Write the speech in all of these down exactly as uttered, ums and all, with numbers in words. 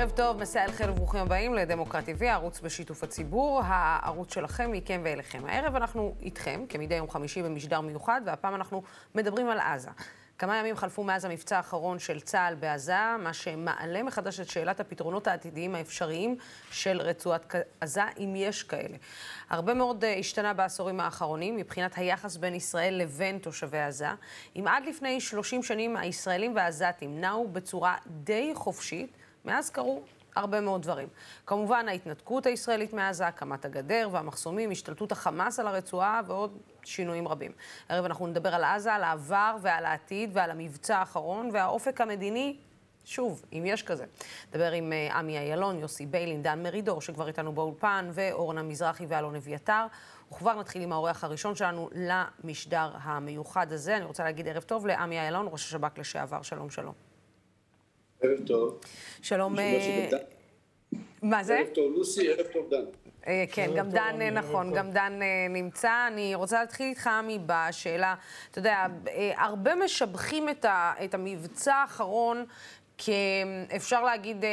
ערב טוב, מסע אל חיר וברוכים הבאים לדמוקרט טי וי, הערוץ בשיתוף הציבור, הערוץ שלכם, מכם ואליכם. הערב אנחנו איתכם, כמדי יום חמישי במשדר מיוחד, והפעם אנחנו מדברים על עזה. כמה ימים חלפו מאז המבצע האחרון של צה"ל בעזה, מה שמעלה מחדש את שאלת הפתרונות העתידיים האפשריים של רצועת עזה, אם יש כאלה. הרבה מאוד השתנה בעשורים האחרונים, מבחינת היחס בין ישראל לבין תושבי עזה. אם עד לפני שלושים שנים הישראלים והעזתים נעו בצורה די חופשית, מאז קרו הרבה מאוד דברים. כמובן, ההתנתקות הישראלית מעזה, הקמת הגדר והמחסומים, השתלטות החמאס על הרצועה ועוד שינויים רבים. הערב אנחנו נדבר על עזה, על העבר ועל העתיד ועל המבצע האחרון והאופק המדיני, שוב, אם יש כזה. נדבר עם עמי איילון, יוסי ביילין, דן מרידור, שכבר איתנו באולפן, ואורנה מזרחי ואלון אביתר. וכבר נתחיל עם האורח הראשון שלנו למשדר המיוחד הזה. אני רוצה להגיד ערב טוב לעמי איילון, ראש השב"כ לשעבר. שלום, שלום. ערב טוב. שלום. מה זה? ערב טוב, לוסי, ערב טוב, דן. כן, גם דן, נכון, גם דן נמצא. אני רוצה להתחיל איתך, עמי, בשאלה, אתה יודע, הרבה משבחים את המבצע האחרון, כאפשר להגיד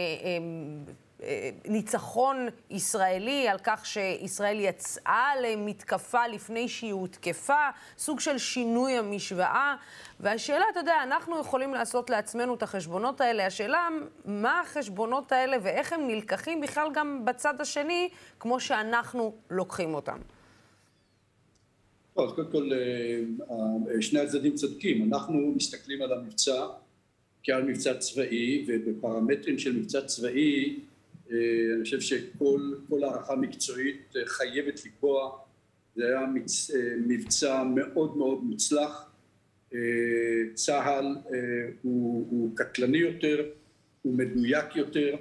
ניצחון ישראלי, על כך שישראל יצאה למתקפה לפני שהיא הותקפה, סוג של שינוי המשוואה. והשאלה, אתה יודע, אנחנו יכולים לעשות לעצמנו את החשבונות האלה. השאלה, מה החשבונות האלה ואיך הם נלקחים בכלל גם בצד השני, כמו שאנחנו לוקחים אותם? טוב, קודם כל, שני הצדדים צודקים. אנחנו מסתכלים על המבצע כעל מבצע צבאי, ובפרמטרים של מבצע צבאי, אני חושב שכל הערכה מקצועית חייבת לקבוע. זה היה מבצע מאוד מאוד מוצלח. צה"ל הוא, הוא קטלני יותר, הוא מדויק יותר,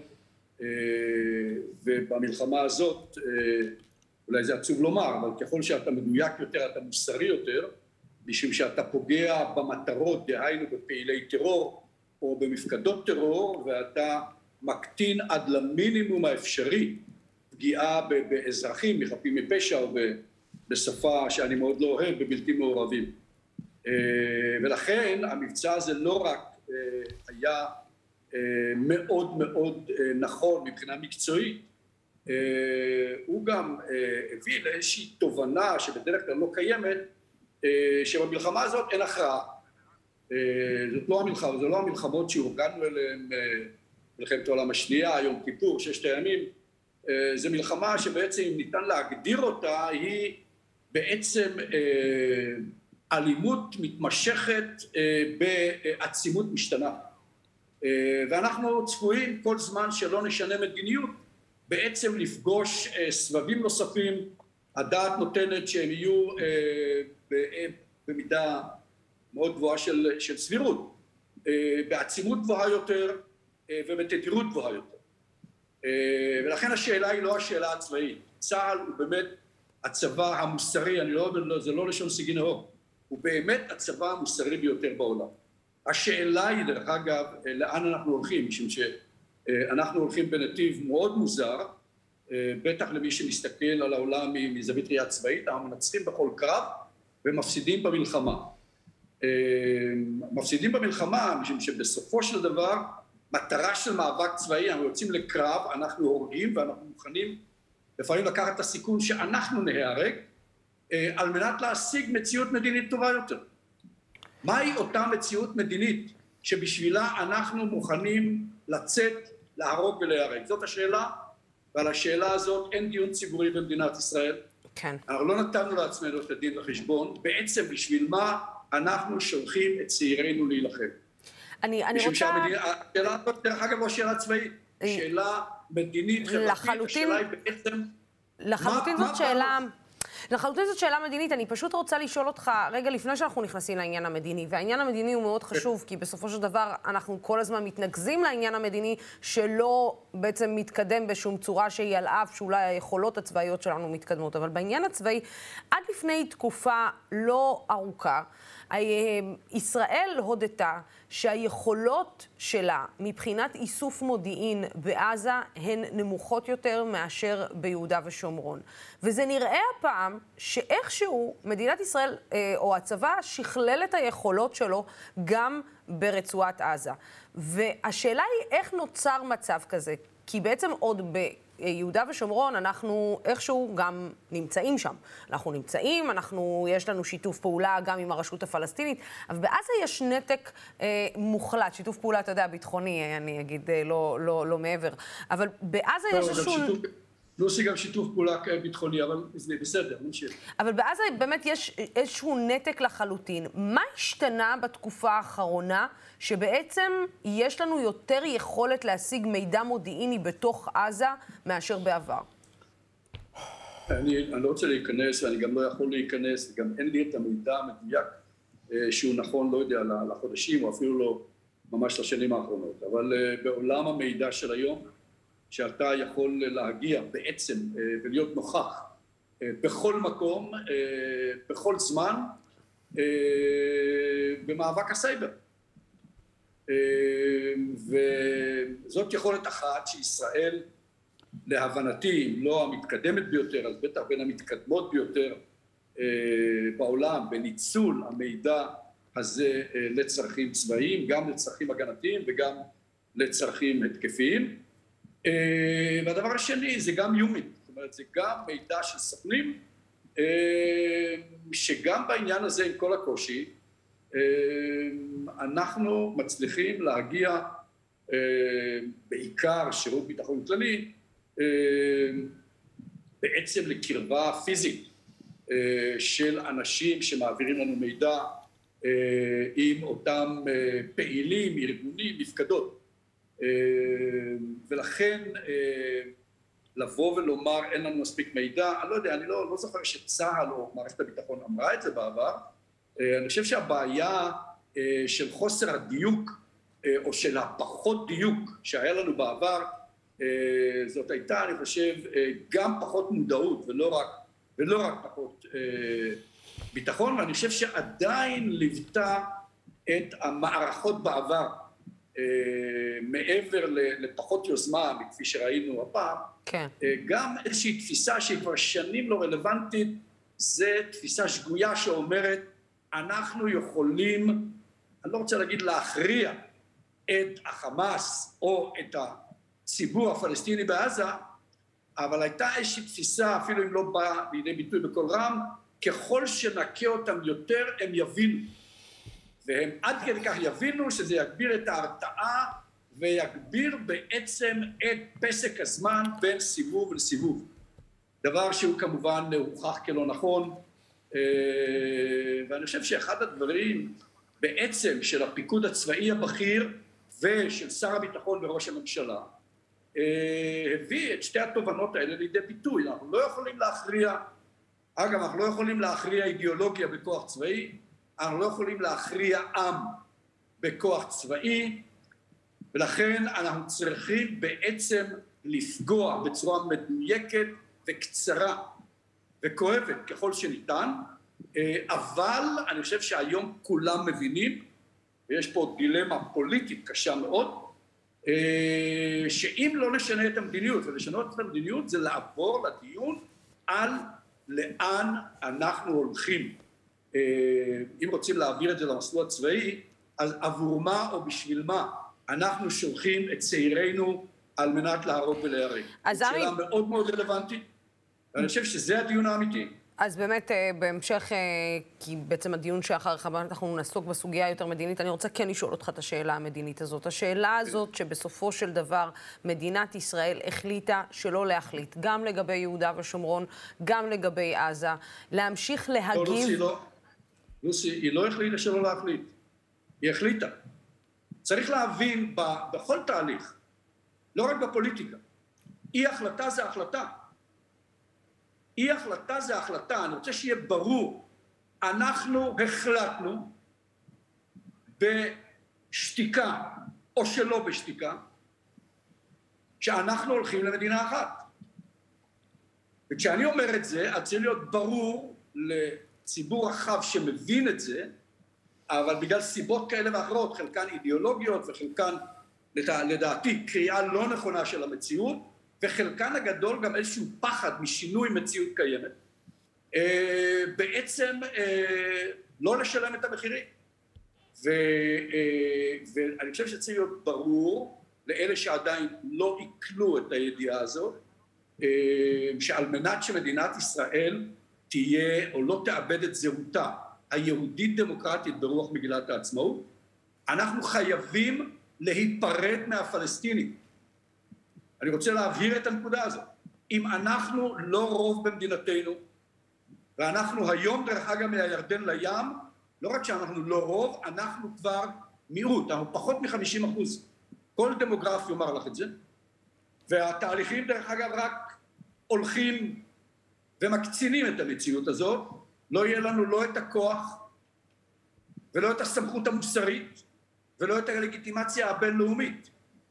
ובמלחמה הזאת, אולי זה עצוב לומר, אבל ככל שאתה מדויק יותר, אתה מוסרי יותר, משום שאתה פוגע במטרות, דהיינו בפעילי טרור או במפקדות טרור, ואתה מקטין עד למינימום האפשרי פגיעה באזרחים, מחפים מפשע או בשפה שאני מאוד לא אוהב, בבלתי מעורבים. ולכן המבצע הזה לא רק היה מאוד מאוד נכון מבחינה מקצועית, הוא גם הביא לאיזושהי תובנה שבדרך כלל לא קיימת, שבמלחמה הזאת אין הכרעה. זאת לא המלחמה, זה לא המלחמות שהורגלנו אליהן, מלחמת העולם השנייה, יום כיפור, ששת הימים. זו מלחמה שבעצם אם ניתן להגדיר אותה, היא בעצם אלימות מתמשכת בעצימות משתנה. ואנחנו צפויים כל זמן שלא נשנה מדיניות, בעצם לפגוש סבבים נוספים. הדעת נותנת שהם יהיו במידה מאוד גבוהה של, של סבירות, בעצימות גבוהה יותר ובתדירות גבוהה יותר. ולכן השאלה היא לא השאלה הצבאית. צה"ל הוא באמת הצבא המוסרי, אני לא, זה לא לשון סגי נהור, הוא באמת הצבא המוסרי ביותר בעולם. השאלה היא, דרך אגב, לאן אנחנו הולכים, משום שאנחנו הולכים בנתיב מאוד מוזר, בטח למי שמסתכל על העולם מזווית ראייה צבאית, אנחנו מנצחים בכל קרב ומפסידים במלחמה. מפסידים במלחמה, משום שבסופו של דבר, מטרה של מאבק צבאי, אנחנו יוצאים לקרב, אנחנו הורגים ואנחנו מוכנים לפעמים לקחת את הסיכון שאנחנו נהרג, על מנת להשיג מציאות מדינית טובה יותר. מהי אותה מציאות מדינית שבשבילה אנחנו מוכנים לצאת, להרוג ולהיהרג? זאת השאלה, ועל השאלה הזאת אין דיון ציבורי במדינת ישראל. כן. אנחנו לא נתנו לעצמנו את הדין לחשבון, בעצם בשביל מה אנחנו שולחים את צעירינו להילחם. אני, אני רוצה... שהמדינה, השאלה הזאת, דרך אגב, לא שאלה צבאית, שאלה מדינית, חברתית, לחלוטין, השאלה היא בעצם... לחלוטין מה, זאת מה שאלה... לחלוטין זאת שאלה מדינית. אני פשוט רוצה לשאול אותך, רגע לפני שאנחנו נכנסים לעניין המדיני, והעניין המדיני הוא מאוד חשוב, כי בסופו של דבר אנחנו כל הזמן מתנגזים לעניין המדיני, שלא בעצם מתקדם בשום צורה שהיא על אף שאולי היכולות הצבאיות שלנו מתקדמות. אבל בעניין הצבאי, עד לפני תקופה לא ארוכה, ישראל הודתה שהיכולות שלה מבחינת איסוף מודיעין בעזה הן נמוכות יותר מאשר ביהודה ושומרון. וזה נראה הפעם שאיכשהו מדינת ישראל או הצבא שכלל את היכולות שלו גם ברצועת עזה. והשאלה היא איך נוצר מצב כזה, כי בעצם עוד ביהודה ושומרון אנחנו איכשהו גם נמצאים שם. אנחנו נמצאים, אנחנו, יש לנו שיתוף פעולה גם עם הרשות הפלסטינית, אבל בעזה יש נתק אה, מוחלט, שיתוף פעולה, אתה יודע, ביטחוני, אני אגיד, אה, לא, לא, לא מעבר. אבל בעזה יש איזשהו... לא עושה גם שיתוף פעולה ביטחוני, אבל זה בסדר, נמשיך. אבל בעזה באמת יש איזשהו נתק לחלוטין. מה השתנה בתקופה האחרונה שבעצם יש לנו יותר יכולת להשיג מידע מודיעיני בתוך עזה מאשר בעבר? אני, אני לא רוצה להיכנס, ואני גם לא יכול להיכנס, גם אין לי את המידע המדויק שהוא נכון, לא יודע, לחודשים או אפילו לא ממש לשנים האחרונות. אבל בעולם המידע של היום, שאתה יכול להגיע בעצם ולהיות נוכח בכל מקום, בכל זמן, במאבק הסייבר. וזאת יכולת אחת שישראל, להבנתי, אם לא המתקדמת ביותר, אז בטח בין המתקדמות ביותר בעולם, בניצול המידע הזה לצרכים צבאיים, גם לצרכים הגנתיים וגם לצרכים התקפיים. והדבר השני זה גם יומית, זאת אומרת זה גם מידע של סוכנים, שגם בעניין הזה עם כל הקושי, אנחנו מצליחים להגיע בעיקר שירות ביטחון כללי, בעצם לקרבה פיזית של אנשים שמעבירים לנו מידע עם אותם פעילים, ארגונים, מפקדות. ולכן לבוא ולומר אין לנו מספיק מידע, אני לא יודע, אני לא, לא זוכר שצה"ל או מערכת הביטחון אמרה את זה בעבר. אני חושב שהבעיה של חוסר הדיוק או של הפחות דיוק שהיה לנו בעבר, זאת הייתה, אני חושב, גם פחות מודעות ולא רק, ולא רק פחות ביטחון, ואני חושב שעדיין ליוותה את המערכות בעבר, מעבר לפחות יוזמה, כפי שראינו הפעם, כן. גם איזושהי תפיסה שהיא כבר שנים לא רלוונטית, זה תפיסה שגויה שאומרת, אנחנו יכולים, אני לא רוצה להגיד להכריע את החמאס או את הציבור הפלסטיני בעזה, אבל הייתה איזושהי תפיסה, אפילו אם לא באה לידי ביטוי בכל רם, ככל שנקה אותם יותר הם יבינו. והם עד כדי כך יבינו שזה יגביר את ההרתעה ויגביר בעצם את פסק הזמן בין סיבוב לסיבוב. דבר שהוא כמובן הוכח כלא נכון, ואני חושב שאחד הדברים בעצם של הפיקוד הצבאי הבכיר ושל שר הביטחון וראש הממשלה, הביא את שתי התובנות האלה לידי ביטוי. אנחנו לא יכולים להכריע, אגב, אנחנו לא יכולים להכריע אידיאולוגיה בכוח צבאי, אנחנו לא יכולים להכריע עם בכוח צבאי, ולכן אנחנו צריכים בעצם לפגוע בצורה מדויקת וקצרה וכואבת ככל שניתן, אבל אני חושב שהיום כולם מבינים, ויש פה דילמה פוליטית קשה מאוד, שאם לא נשנה את המדיניות, ולשנות את המדיניות זה לעבור לדיון על לאן אנחנו הולכים. אם רוצים להעביר את זה למסלול הצבאי, אז עבור מה או בשביל מה אנחנו שולחים את צעירינו על מנת להרוג ולהיהרג. זו שאלה מאוד מאוד רלוונטית, ואני חושב שזה הדיון האמיתי. אז באמת, בהמשך, כי בעצם הדיון שאחריך, אנחנו נעסוק בסוגיה יותר מדינית, אני רוצה כן לשאול אותך את השאלה המדינית הזאת. השאלה הזאת שבסופו של דבר מדינת ישראל החליטה שלא להחליט, גם לגבי יהודה ושומרון, גם לגבי עזה, להמשיך להגיב... לא, לוסי, לא. לוסי, היא לא החליטה שלא להחליט. היא החליטה. צריך להבין בכל תהליך, לא רק בפוליטיקה, אי החלטה זה החלטה. אי החלטה זה החלטה, אני רוצה שיהיה ברור, אנחנו החלטנו בשתיקה או שלא בשתיקה, שאנחנו הולכים למדינה אחת. וכשאני אומר את זה, אז צריך להיות ברור לציבור רחב שמבין את זה, אבל בגלל סיבות כאלה ואחרות, חלקן אידיאולוגיות וחלקן לדעתי קריאה לא נכונה של המציאות, וחלקן הגדול גם איזשהו פחד משינוי מציאות קיימת, בעצם לא לשלם את המחירים. ואני חושב שצריך להיות ברור לאלה שעדיין לא עיכלו את הידיעה הזאת, שעל מנת שמדינת ישראל תהיה או לא תאבד את זהותה היהודית דמוקרטית ברוח מגילת העצמאות, אנחנו חייבים להיפרד מהפלסטינים. אני רוצה להבהיר את הנקודה הזאת. אם אנחנו לא רוב במדינתנו, ואנחנו היום דרך אגב מהירדן לים, לא רק שאנחנו לא רוב, אנחנו כבר מיעוט, אנחנו פחות מ-חמישים אחוז. כל דמוגרף יאמר לך את זה, והתהליכים דרך אגב רק הולכים ומקצינים את המציאות הזאת, לא יהיה לנו לא את הכוח ולא את הסמכות המוסרית ולא את הלגיטימציה הבינלאומית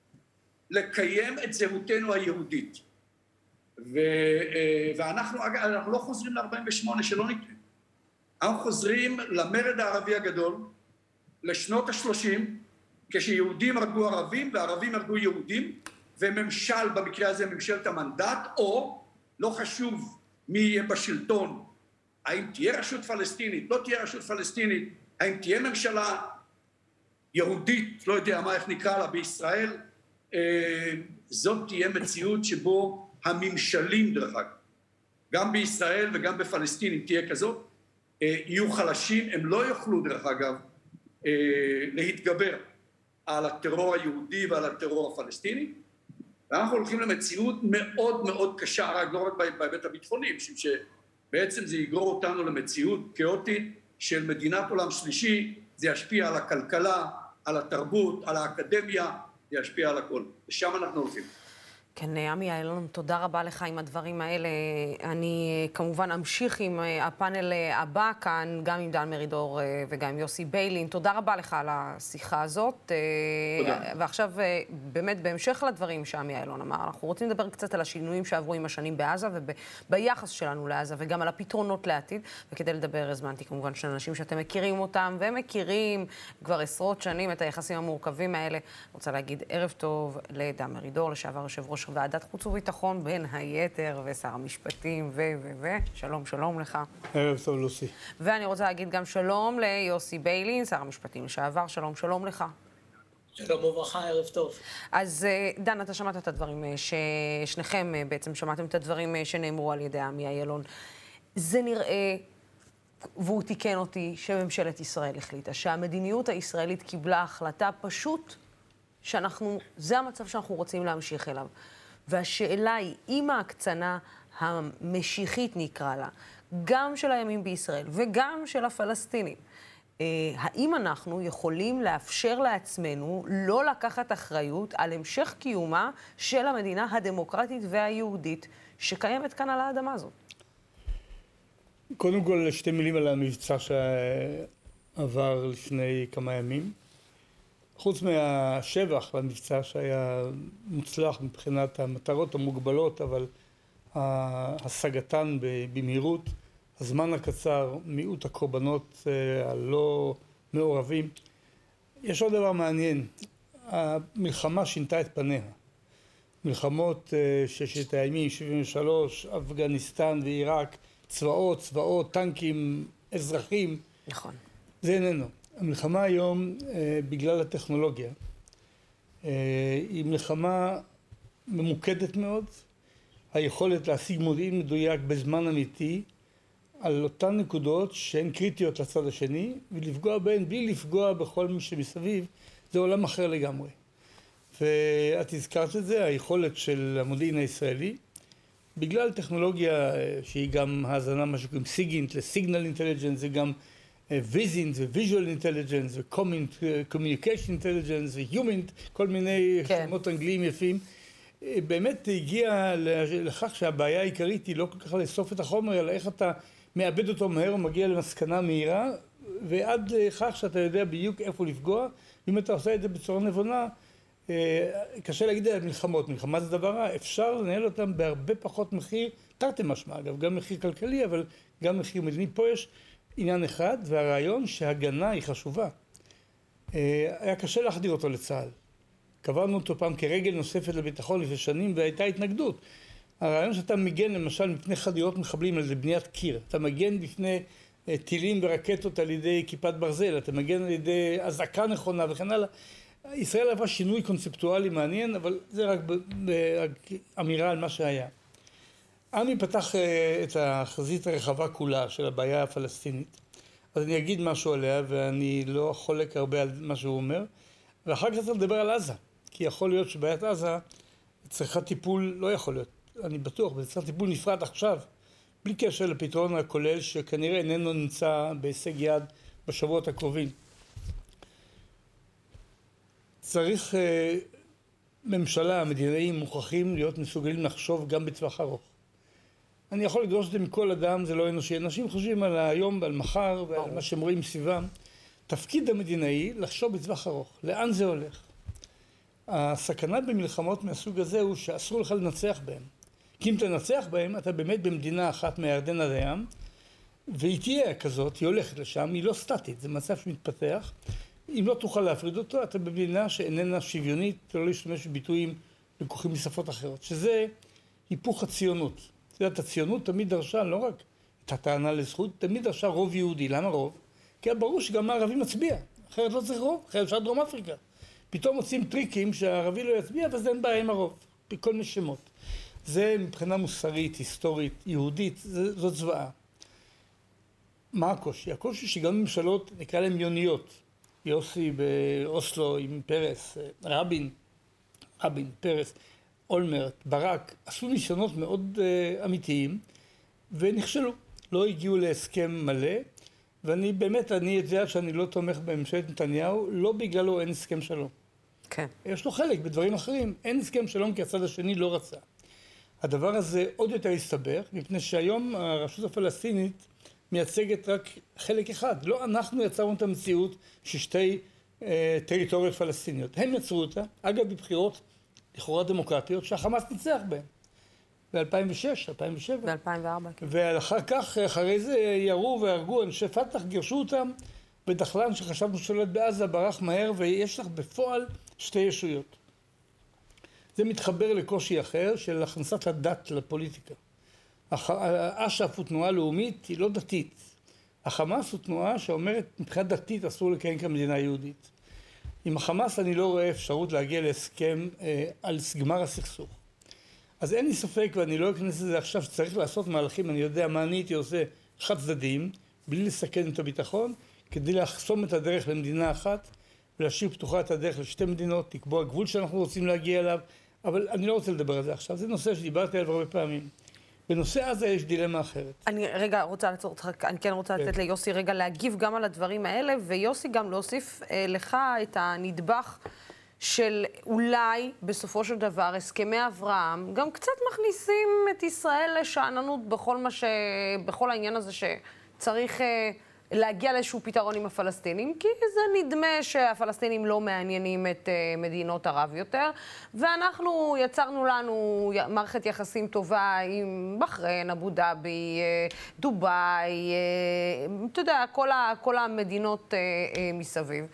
לקיים את זהותנו היהודית. ו, ואנחנו אגב, אנחנו לא חוזרים ל-ארבעים ושמונה שלא נקרא. אנחנו חוזרים למרד הערבי הגדול, לשנות ה-שלושים, כשיהודים הרגו ערבים וערבים הרגו יהודים, וממשל, במקרה הזה ממשלת המנדט, או לא חשוב מי יהיה בשלטון, האם תהיה רשות פלסטינית, לא תהיה רשות פלסטינית, האם תהיה ממשלה יהודית, לא יודע מה איך נקרא לה בישראל, זאת תהיה מציאות שבו הממשלים דרך אגב, גם בישראל וגם בפלסטין, אם תהיה כזאת, יהיו חלשים, הם לא יוכלו דרך אגב להתגבר על הטרור היהודי ועל הטרור הפלסטיני, ואנחנו הולכים למציאות מאוד מאוד קשה, רק לא רק בהיבט הביטחוני, משום שבעצם זה יגרור אותנו למציאות כאוטית של מדינת עולם שלישי, זה ישפיע על הכלכלה, על התרבות, על האקדמיה, זה ישפיע על הכל, ושם אנחנו הולכים. כן, עמי איילון, תודה רבה לך עם הדברים האלה. אני כמובן אמשיך עם הפאנל הבא כאן, גם עם דן מרידור וגם עם יוסי ביילין. תודה רבה לך על השיחה הזאת. תודה. ועכשיו, באמת, בהמשך לדברים שעמי איילון אמר, אנחנו רוצים לדבר קצת על השינויים שעברו עם השנים בעזה וביחס שלנו לעזה, וגם על הפתרונות לעתיד. וכדי לדבר, הזמנתי כמובן של אנשים שאתם מכירים אותם, והם מכירים כבר עשרות שנים את היחסים המורכבים האלה. אני רוצה להגיד ערב טוב לדן מרידור, לשעבר יושב ראש ועדת חוץ וביטחון, בין היתר, ושר המשפטים, ו... ו... ו... שלום, שלום לך. ערב טוב, לוסי. ואני רוצה להגיד גם שלום ליוסי ביילין, שר המשפטים לשעבר, שלום, שלום לך. שלום וברכה, ערב טוב. אז דן, אתה שמעת את הדברים, ששניכם בעצם שמעתם את הדברים שנאמרו על ידי עמי איילון. זה נראה, והוא תיקן אותי, שממשלת ישראל החליטה, שהמדיניות הישראלית קיבלה החלטה פשוט שאנחנו, זה המצב שאנחנו רוצים להמשיך אליו. והשאלה היא, אם ההקצנה המשיחית נקרא לה, גם של הימים בישראל וגם של הפלסטינים, האם אנחנו יכולים לאפשר לעצמנו לא לקחת אחריות על המשך קיומה של המדינה הדמוקרטית והיהודית שקיימת כאן על האדמה הזאת? קודם כל, שתי מילים על המבצע שעבר לפני כמה ימים. חוץ מהשבח למבצע שהיה מוצלח מבחינת המטרות המוגבלות, אבל השגתן במהירות, הזמן הקצר, מיעוט הקורבנות הלא מעורבים. יש עוד דבר מעניין, המלחמה שינתה את פניה. מלחמות ששת הימים, שבעים ושלוש, אפגניסטן ועיראק, צבאות, צבאות, טנקים, אזרחים. נכון. זה איננו. המלחמה היום, בגלל הטכנולוגיה, היא מלחמה ממוקדת מאוד, היכולת להשיג מודיעין מדויק בזמן אמיתי, על אותן נקודות שהן קריטיות לצד השני, ולפגוע בהן בלי לפגוע בכל מי שמסביב, זה עולם אחר לגמרי. ואת הזכרת את זה, היכולת של המודיעין הישראלי, בגלל טכנולוגיה שהיא גם האזנה משהו כמו סיגינט לסיגנל אינטליג'נס, זה גם ויזינט וויז'ואל אינטליג'נס וקומיוניקיישן אינטליג'נס והיומנט, כל מיני כן. שמות אנגליים יפים. באמת הגיע לכך שהבעיה העיקרית היא לא כל כך לאסוף את החומר, אלא איך אתה מאבד אותו מהר ומגיע למסקנה מהירה, ועד לכך שאתה יודע בדיוק איפה לפגוע. אם אתה עושה את זה בצורה נבונה, קשה להגיד על מלחמות. מלחמה זה דבר רע, אפשר לנהל אותם בהרבה פחות מחיר, תרתי משמע אגב, גם מחיר כלכלי, אבל גם מחיר מדיני. פה יש עניין אחד, והרעיון שהגנה היא חשובה. היה קשה להחדיר אותו לצה"ל. קבענו אותו פעם כרגל נוספת לביטחון לפני שנים והייתה התנגדות. הרעיון שאתה מגן למשל מפני חדירות מחבלים על זה בניית קיר. אתה מגן בפני טילים ורקטות על ידי כיפת ברזל, אתה מגן על ידי אזעקה נכונה וכן הלאה. ישראל עברה שינוי קונספטואלי מעניין, אבל זה רק אמירה על מה שהיה. עמי פתח את החזית הרחבה כולה של הבעיה הפלסטינית, אז אני אגיד משהו עליה ואני לא חולק הרבה על מה שהוא אומר, ואחר כך צריך לדבר על עזה, כי יכול להיות שבעיית עזה צריכה טיפול, לא יכול להיות, אני בטוח, אבל צריכה טיפול נפרד עכשיו, בלי קשר לפתרון הכולל שכנראה איננו נמצא בהישג יד בשבועות הקרובים. צריך ממשלה, המדינאים מוכרחים להיות מסוגלים לחשוב גם בטווח ארוך. אני יכול לדרוש את זה מכל אדם, זה לא אנושי. אנשים חושבים על היום ועל מחר ועל מה שהם רואים סביבם. תפקיד המדינאי לחשוב בטווח ארוך. לאן זה הולך? הסכנה במלחמות מהסוג הזה הוא שאסור לך לנצח בהם. כי אם תנצח בהם, אתה באמת במדינה אחת מהירדן עד הים, והיא תהיה כזאת, היא הולכת לשם, היא לא סטטית, זה מצב שמתפתח. אם לא תוכל להפריד אותו, אתה במדינה שאיננה שוויונית, לא להשתמש בביטויים לקוחים משפות אחרות, שזה היפוך הציונות. זאת אומרת, הציונות תמיד דרשה, לא רק את הטענה לזכות, תמיד דרשה רוב יהודי. למה רוב? כי היה ברור שגם הערבי מצביע, אחרת לא צריך רוב, אחרת אפשר דרום אפריקה. פתאום מוצאים טריקים שהערבי לא יצביע, ואז אין בעיה עם הרוב, בכל מיני שמות. זה מבחינה מוסרית, היסטורית, יהודית, זה, זאת זוועה. מה הקושי? הקושי שגם ממשלות, נקרא להן יוניות, יוסי באוסלו עם פרס, רבין, רבין, פרס, אולמרט, ברק, עשו ניסיונות מאוד uh, אמיתיים ונכשלו, לא הגיעו להסכם מלא, ואני באמת, אני יודע שאני לא תומך בממשלת נתניהו, לא בגללו אין הסכם שלום. כן. יש לו חלק בדברים אחרים, אין הסכם שלום כי הצד השני לא רצה. הדבר הזה עוד יותר הסתבך, מפני שהיום הרשות הפלסטינית מייצגת רק חלק אחד. לא אנחנו יצרנו את המציאות ששתי אה, טריטוריות פלסטיניות. הם יצרו אותה, אגב בבחירות לכאורה דמוקרטיות, שהחמאס ניצח בהן. ב-אלפיים ושש, אלפיים ושבע. ב-אלפיים וארבע, כן. ואחר כך, אחרי זה ירו והרגו אנשי פתח, גירשו אותם, ודחלן שחשבנו שולט בעזה ברח מהר, ויש לך בפועל שתי ישויות. זה מתחבר לקושי אחר של הכנסת הדת לפוליטיקה. אש"ף הוא תנועה לאומית, היא לא דתית. החמאס הוא תנועה שאומרת, מבחינת דתית אסור לקיים כמדינה יהודית. עם החמאס אני לא רואה אפשרות להגיע להסכם אה, על גמר הסכסוך. אז אין לי ספק, ואני לא אכנס לזה עכשיו, שצריך לעשות מהלכים, אני יודע מה אני הייתי עושה חד צדדים, בלי לסכן את הביטחון, כדי לחסום את הדרך למדינה אחת, ולהשאיר פתוחה את הדרך לשתי מדינות, לקבוע גבול שאנחנו רוצים להגיע אליו, אבל אני לא רוצה לדבר על זה עכשיו, זה נושא שדיברתי עליו הרבה פעמים. בנושא הזה יש דילמה אחרת. אני רגע רוצה לעצור אותך, אני כן רוצה לתת ליוסי רגע להגיב גם על הדברים האלה, ויוסי גם להוסיף אה, לך את הנדבך של אולי בסופו של דבר הסכמי אברהם גם קצת מכניסים את ישראל לשעננות בכל מה ש... בכל העניין הזה שצריך אה, להגיע לאיזשהו פתרון עם הפלסטינים, כי זה נדמה שהפלסטינים לא מעניינים את uh, מדינות ערב יותר, ואנחנו יצרנו לנו מערכת יחסים טובה עם בחריין, אבו דאבי, uh, דובאי, uh, אתה יודע, כל, ה, כל המדינות uh, uh, מסביב.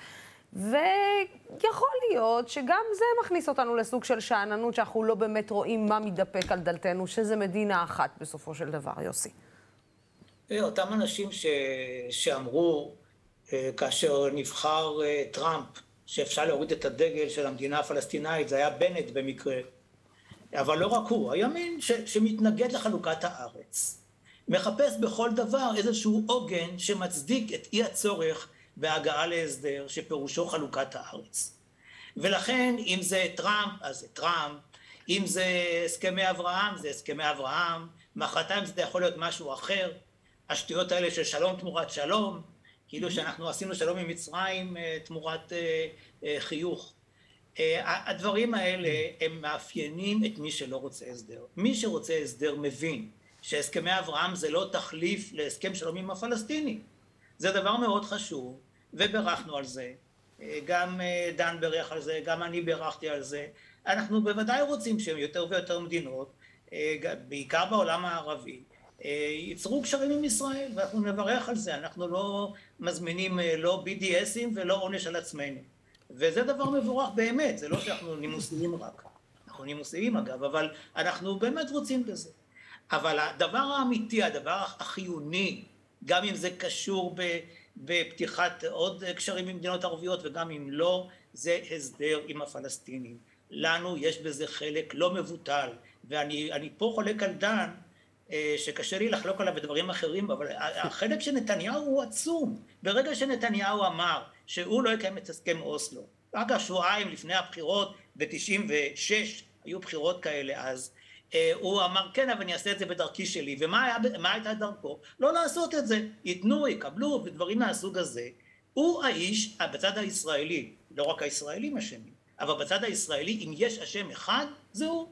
ויכול להיות שגם זה מכניס אותנו לסוג של שעננות, שאנחנו לא באמת רואים מה מתדפק על דלתנו, שזה מדינה אחת בסופו של דבר, יוסי. אותם אנשים ש... שאמרו, כאשר נבחר טראמפ, שאפשר להוריד את הדגל של המדינה הפלסטינאית, זה היה בנט במקרה, אבל לא רק הוא, הימין ש... שמתנגד לחלוקת הארץ, מחפש בכל דבר איזשהו עוגן שמצדיק את אי הצורך בהגעה להסדר שפירושו חלוקת הארץ. ולכן, אם זה טראמפ, אז זה טראמפ, אם זה הסכמי אברהם, זה הסכמי אברהם, מחרתיים זה יכול להיות משהו אחר, השטויות האלה של שלום תמורת שלום, כאילו שאנחנו עשינו שלום עם מצרים תמורת חיוך. הדברים האלה הם מאפיינים את מי שלא רוצה הסדר. מי שרוצה הסדר מבין שהסכמי אברהם זה לא תחליף להסכם שלום עם הפלסטינים. זה דבר מאוד חשוב, וברכנו על זה. גם דן ברך על זה, גם אני ברכתי על זה. אנחנו בוודאי רוצים שיותר ויותר מדינות, בעיקר בעולם הערבי, ייצרו קשרים עם ישראל, ואנחנו נברך על זה. אנחנו לא מזמינים לא בי די אסים ולא עונש על עצמנו. וזה דבר מבורך באמת, זה לא שאנחנו נימוסיים רק. אנחנו נימוסיים אגב, אבל אנחנו באמת רוצים בזה. אבל הדבר האמיתי, הדבר החיוני, גם אם זה קשור בפתיחת עוד קשרים עם מדינות ערביות וגם אם לא, זה הסדר עם הפלסטינים. לנו יש בזה חלק לא מבוטל, ואני אני פה חולק על דן, שקשה לי לחלוק עליו בדברים אחרים, אבל החלק של נתניהו הוא עצום. ברגע שנתניהו אמר שהוא לא יקיים את הסכם אוסלו, רק שבועיים לפני הבחירות ב-תשעים ושש, היו בחירות כאלה אז, הוא אמר כן, אבל אני אעשה את זה בדרכי שלי. ומה היה, מה הייתה דרכו? לא לעשות את זה. ייתנו, יקבלו, ודברים מהסוג הזה. הוא האיש, בצד הישראלי, לא רק הישראלים אשמים, אבל בצד הישראלי, אם יש אשם אחד, זהו.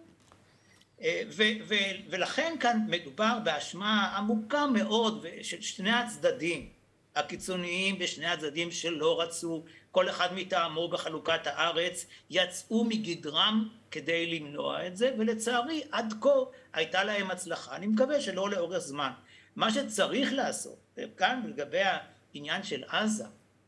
ו- ו- ולכן כאן מדובר באשמה עמוקה מאוד של שני הצדדים, הקיצוניים בשני הצדדים שלא רצו, כל אחד מטעמו בחלוקת הארץ, יצאו מגדרם כדי למנוע את זה, ולצערי עד כה הייתה להם הצלחה, אני מקווה שלא לאורך זמן. מה שצריך לעשות, כאן לגבי העניין של עזה,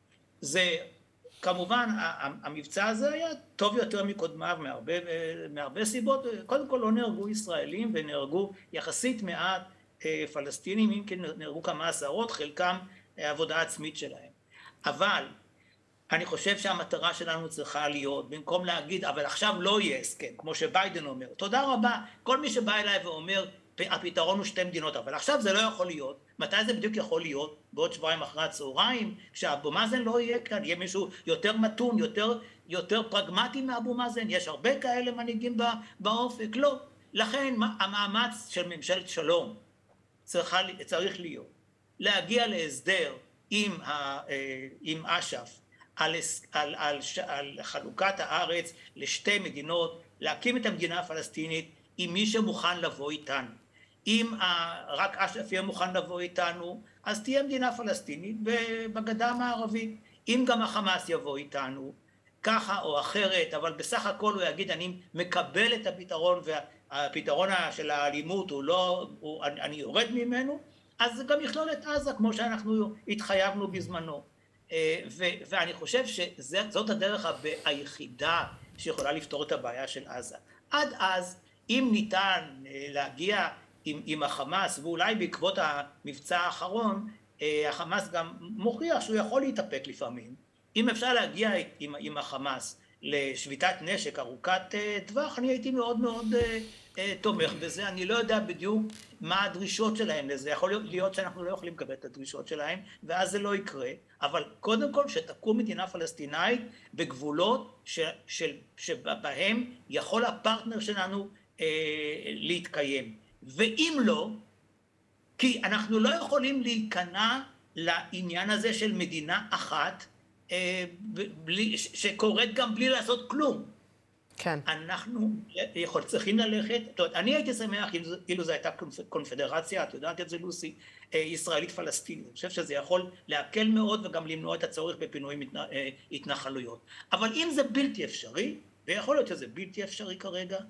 זה כמובן המבצע הזה היה טוב יותר מקודמיו מהרבה, מהרבה סיבות. קודם כל לא נהרגו ישראלים ונהרגו יחסית מעט פלסטינים, אם כן נהרגו כמה עשרות, חלקם עבודה עצמית שלהם. אבל אני חושב שהמטרה שלנו צריכה להיות, במקום להגיד אבל עכשיו לא יהיה הסכם, כמו שביידן אומר, תודה רבה, כל מי שבא אליי ואומר הפתרון הוא שתי מדינות, אבל עכשיו זה לא יכול להיות. מתי זה בדיוק יכול להיות? בעוד שבועיים אחרי הצהריים, כשאבו מאזן לא יהיה כאן, יהיה מישהו יותר מתון, יותר, יותר פרגמטי מאבו מאזן, יש הרבה כאלה מנהיגים באופק, לא. לכן המאמץ של ממשלת שלום צריכה, צריך להיות, להגיע להסדר עם, ה, עם אש"ף, על, על, על, על חלוקת הארץ לשתי מדינות, להקים את המדינה הפלסטינית עם מי שמוכן לבוא איתנו. אם רק אש"ף יהיה מוכן לבוא איתנו, אז תהיה מדינה פלסטינית בגדה המערבית. אם גם החמאס יבוא איתנו, ככה או אחרת, אבל בסך הכל הוא יגיד, אני מקבל את הפתרון, והפתרון של האלימות הוא לא, הוא, אני יורד ממנו, אז זה גם יכלול את עזה, כמו שאנחנו התחייבנו בזמנו. ו, ואני חושב שזאת הדרך היחידה שיכולה לפתור את הבעיה של עזה. עד אז, אם ניתן להגיע עם, עם החמאס, ואולי בעקבות המבצע האחרון, החמאס גם מוכיח שהוא יכול להתאפק לפעמים. אם אפשר להגיע עם, עם החמאס לשביתת נשק ארוכת טווח, אני הייתי מאוד מאוד תומך בזה. אני לא יודע בדיוק מה הדרישות שלהם לזה. יכול להיות שאנחנו לא יכולים לקבל את הדרישות שלהם, ואז זה לא יקרה. אבל קודם כל שתקום מדינה פלסטינאית בגבולות ש, של, שבהם יכול הפרטנר שלנו אה, להתקיים. ואם לא, כי אנחנו לא יכולים להיכנע לעניין הזה של מדינה אחת, אה, בלי, שקורית גם בלי לעשות כלום. כן. אנחנו יכול, צריכים ללכת, תודה, אני הייתי שמח אילו זו הייתה קונפדרציה, את יודעת את זה לוסי, ישראלית פלסטינית. אני חושב שזה יכול להקל מאוד וגם למנוע את הצורך בפינויים התנחלויות. אבל אם זה בלתי אפשרי, ויכול להיות שזה בלתי אפשרי כרגע,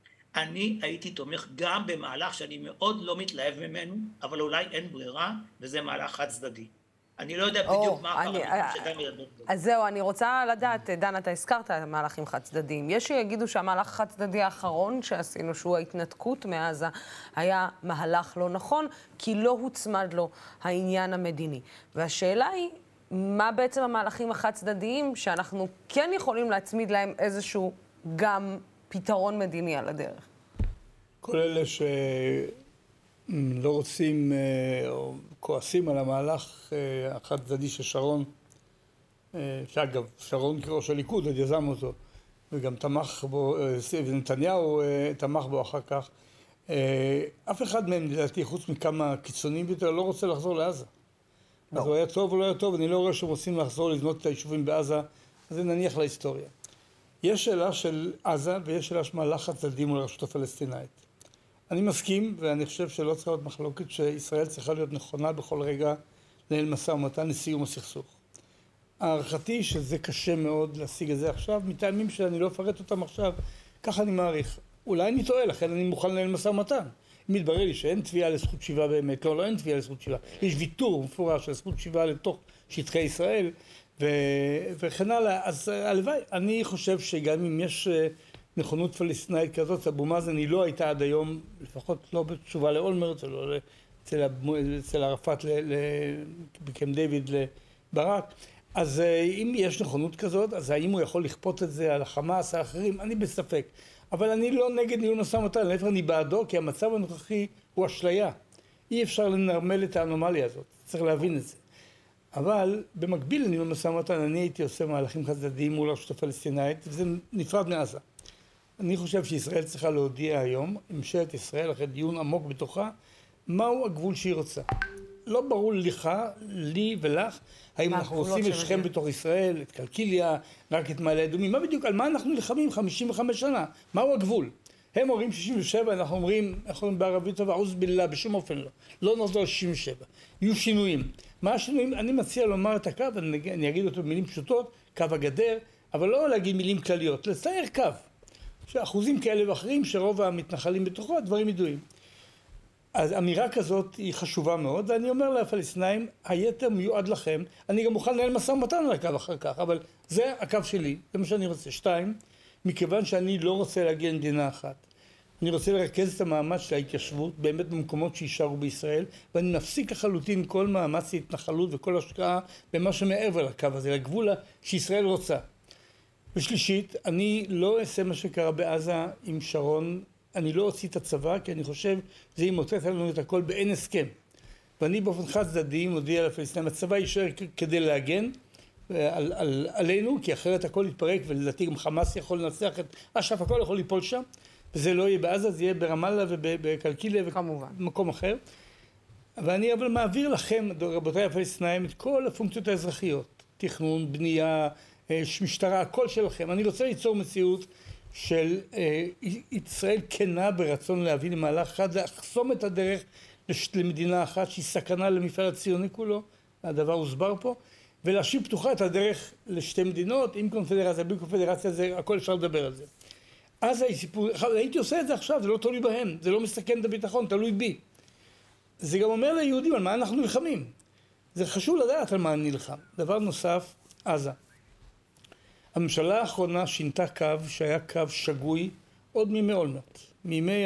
אני הייתי תומך גם במהלך שאני מאוד לא מתלהב ממנו, אבל אולי אין ברירה, וזה מהלך חד צדדי. אני לא יודע בדיוק מה הפרמטרים שגם ידעות. אז זהו, אני רוצה לדעת, דן, אתה הזכרת מהלכים חד צדדיים. יש שיגידו שהמהלך החד צדדי האחרון שעשינו, שהוא ההתנתקות מעזה, היה מהלך לא נכון, כי לא הוצמד לו העניין המדיני. והשאלה היא, מה בעצם המהלכים החד צדדיים שאנחנו כן יכולים להצמיד להם איזשהו גם פתרון מדיני על הדרך? כל אלה ש... לא רוצים או כועסים על המהלך החד צדדי של שרון, שאגב, שרון כראש הליכוד עוד יזם אותו, וגם תמך בו, ונתניהו תמך בו אחר כך. אף אחד מהם, לדעתי, חוץ מכמה קיצוניים ביותר, לא רוצה לחזור לעזה. אז הוא היה טוב או לא היה טוב, אני לא רואה שהם רוצים לחזור לבנות את היישובים בעזה, אז זה נניח להיסטוריה. יש שאלה של עזה ויש שאלה של מהלך חד צדדי מול הרשות הפלסטינאית. אני מסכים, ואני חושב שלא צריכה להיות מחלוקת שישראל צריכה להיות נכונה בכל רגע לנהל משא ומתן לסיום הסכסוך. הערכתי שזה קשה מאוד להשיג את זה עכשיו, מטעמים שאני לא אפרט אותם עכשיו, ככה אני מעריך. אולי אני טועה, לכן אני מוכן לנהל משא ומתן. מתברר לי שאין תביעה לזכות שיבה באמת, לא, לא אין תביעה לזכות שיבה. יש ויתור מפורש של זכות שיבה לתוך שטחי ישראל, ו... וכן הלאה. אז הלוואי, אני חושב שגם אם יש נכונות פלסטינאית כזאת, אבו מאזן היא לא הייתה עד היום, לפחות לא בתשובה לאולמרט, או לא אצל, אצל ערפאת בקמפ דיוויד לברק. אז אם יש נכונות כזאת, אז האם הוא יכול לכפות את זה על החמאס, על האחרים? אני בספק. אבל אני לא נגד ניהול משא ומתן, להפך אני בעדו, כי המצב הנוכחי הוא אשליה. אי אפשר לנרמל את האנומליה הזאת, צריך להבין את זה. אבל במקביל לניהול משא ומתן, אני הייתי עושה מהלכים חד-צדדיים מול הרשות הפלסטינאית, וזה נפרד מעזה. אני חושב שישראל צריכה להודיע היום, ממשלת ישראל, אחרי דיון עמוק בתוכה, מהו הגבול שהיא רוצה. לא ברור לך, לי ולך, האם אנחנו עושים את שכם בתוך ישראל, את קלקיליה, רק את מעלה אדומים, מה בדיוק, על מה אנחנו נלחמים חמישים וחמש שנה? מהו הגבול? הם אומרים שישים ושבע, אנחנו אומרים, אנחנו אומרים בערבית טובה, עוז בילה, בשום אופן לא. לא נחזור שישים ושבע. יהיו שינויים. מה השינויים? אני מציע לומר את הקו, אני, אני אגיד אותו במילים פשוטות, קו הגדר, אבל לא להגיד מילים כלליות, לצייר קו. שאחוזים כאלה ואחרים, שרוב המתנחלים בתוכו, הדברים ידועים. אז אמירה כזאת היא חשובה מאוד, ואני אומר לפלסטינאים, היתר מיועד לכם, אני גם מוכן לנהל משא ומתן על הקו אחר כך, אבל זה הקו שלי, זה מה שאני רוצה. שתיים, מכיוון שאני לא רוצה להגיע למדינה אחת, אני רוצה לרכז את המאמץ של ההתיישבות, באמת במקומות שישארו בישראל, ואני מפסיק לחלוטין כל מאמץ להתנחלות וכל השקעה במה שמעבר לקו הזה, לגבול שישראל רוצה. ושלישית, אני לא אעשה מה שקרה בעזה עם שרון, אני לא אוציא את הצבא, כי אני חושב שזה ימוטט לנו את הכל באין הסכם. ואני באופן חד צדדי מודיע לפלסטינים, הצבא יישאר כדי להגן על, על, עלינו, כי אחרת הכל יתפרק, ולדעתי גם חמאס יכול לנצח את אש"ף, הכל יכול ליפול שם, וזה לא יהיה בעזה, זה יהיה ברמאללה ובקלקיליה ובמקום אחר. ואני אבל מעביר לכם, רבותיי הפלסטינים, את כל הפונקציות האזרחיות, תכנון, בנייה, משטרה, הכל שלכם. אני רוצה ליצור מציאות של אה, ישראל כנה ברצון להביא למהלך אחד, לחסום את הדרך למדינה אחת שהיא סכנה למפעל הציוני כולו, הדבר הוסבר פה, ולהשאיר פתוחה את הדרך לשתי מדינות, עם קונפדרציה, בלי קונפדרציה, זה, הכל אפשר לדבר על זה. אז סיפור, הייתי עושה את זה עכשיו, זה לא תלוי בהם, זה לא מסכן את הביטחון, תלוי בי. זה גם אומר ליהודים על מה אנחנו נלחמים. זה חשוב לדעת על מה אני נלחם. דבר נוסף, עזה. הממשלה האחרונה שינתה קו שהיה קו שגוי עוד מימי אולמרט. מימי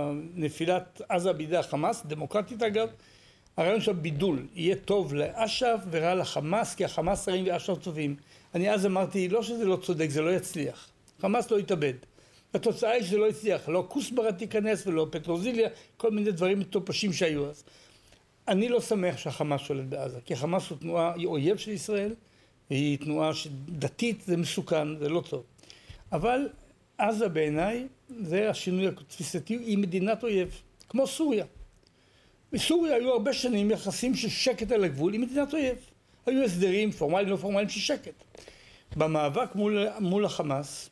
הנפילת עזה בידי החמאס, דמוקרטית אגב, הרעיון של בידול יהיה טוב לאש"ף ורע לחמאס, כי החמאס שרים ואש"ף טובים. אני אז אמרתי, לא שזה לא צודק, זה לא יצליח. חמאס לא יתאבד. התוצאה היא שזה לא יצליח. לא כוסברה תיכנס ולא פטרוזיליה, כל מיני דברים מטופשים שהיו אז. אני לא שמח שהחמאס שולט בעזה, כי החמאס הוא תנועה, היא אויב של ישראל, היא תנועה דתית, זה מסוכן, זה לא טוב. אבל עזה בעיניי, זה השינוי התפיסתי, היא מדינת אויב, כמו סוריה. בסוריה היו הרבה שנים יחסים של שקט על הגבול, היא מדינת אויב. היו הסדרים פורמליים, לא פורמליים של שקט. במאבק מול, מול החמאס,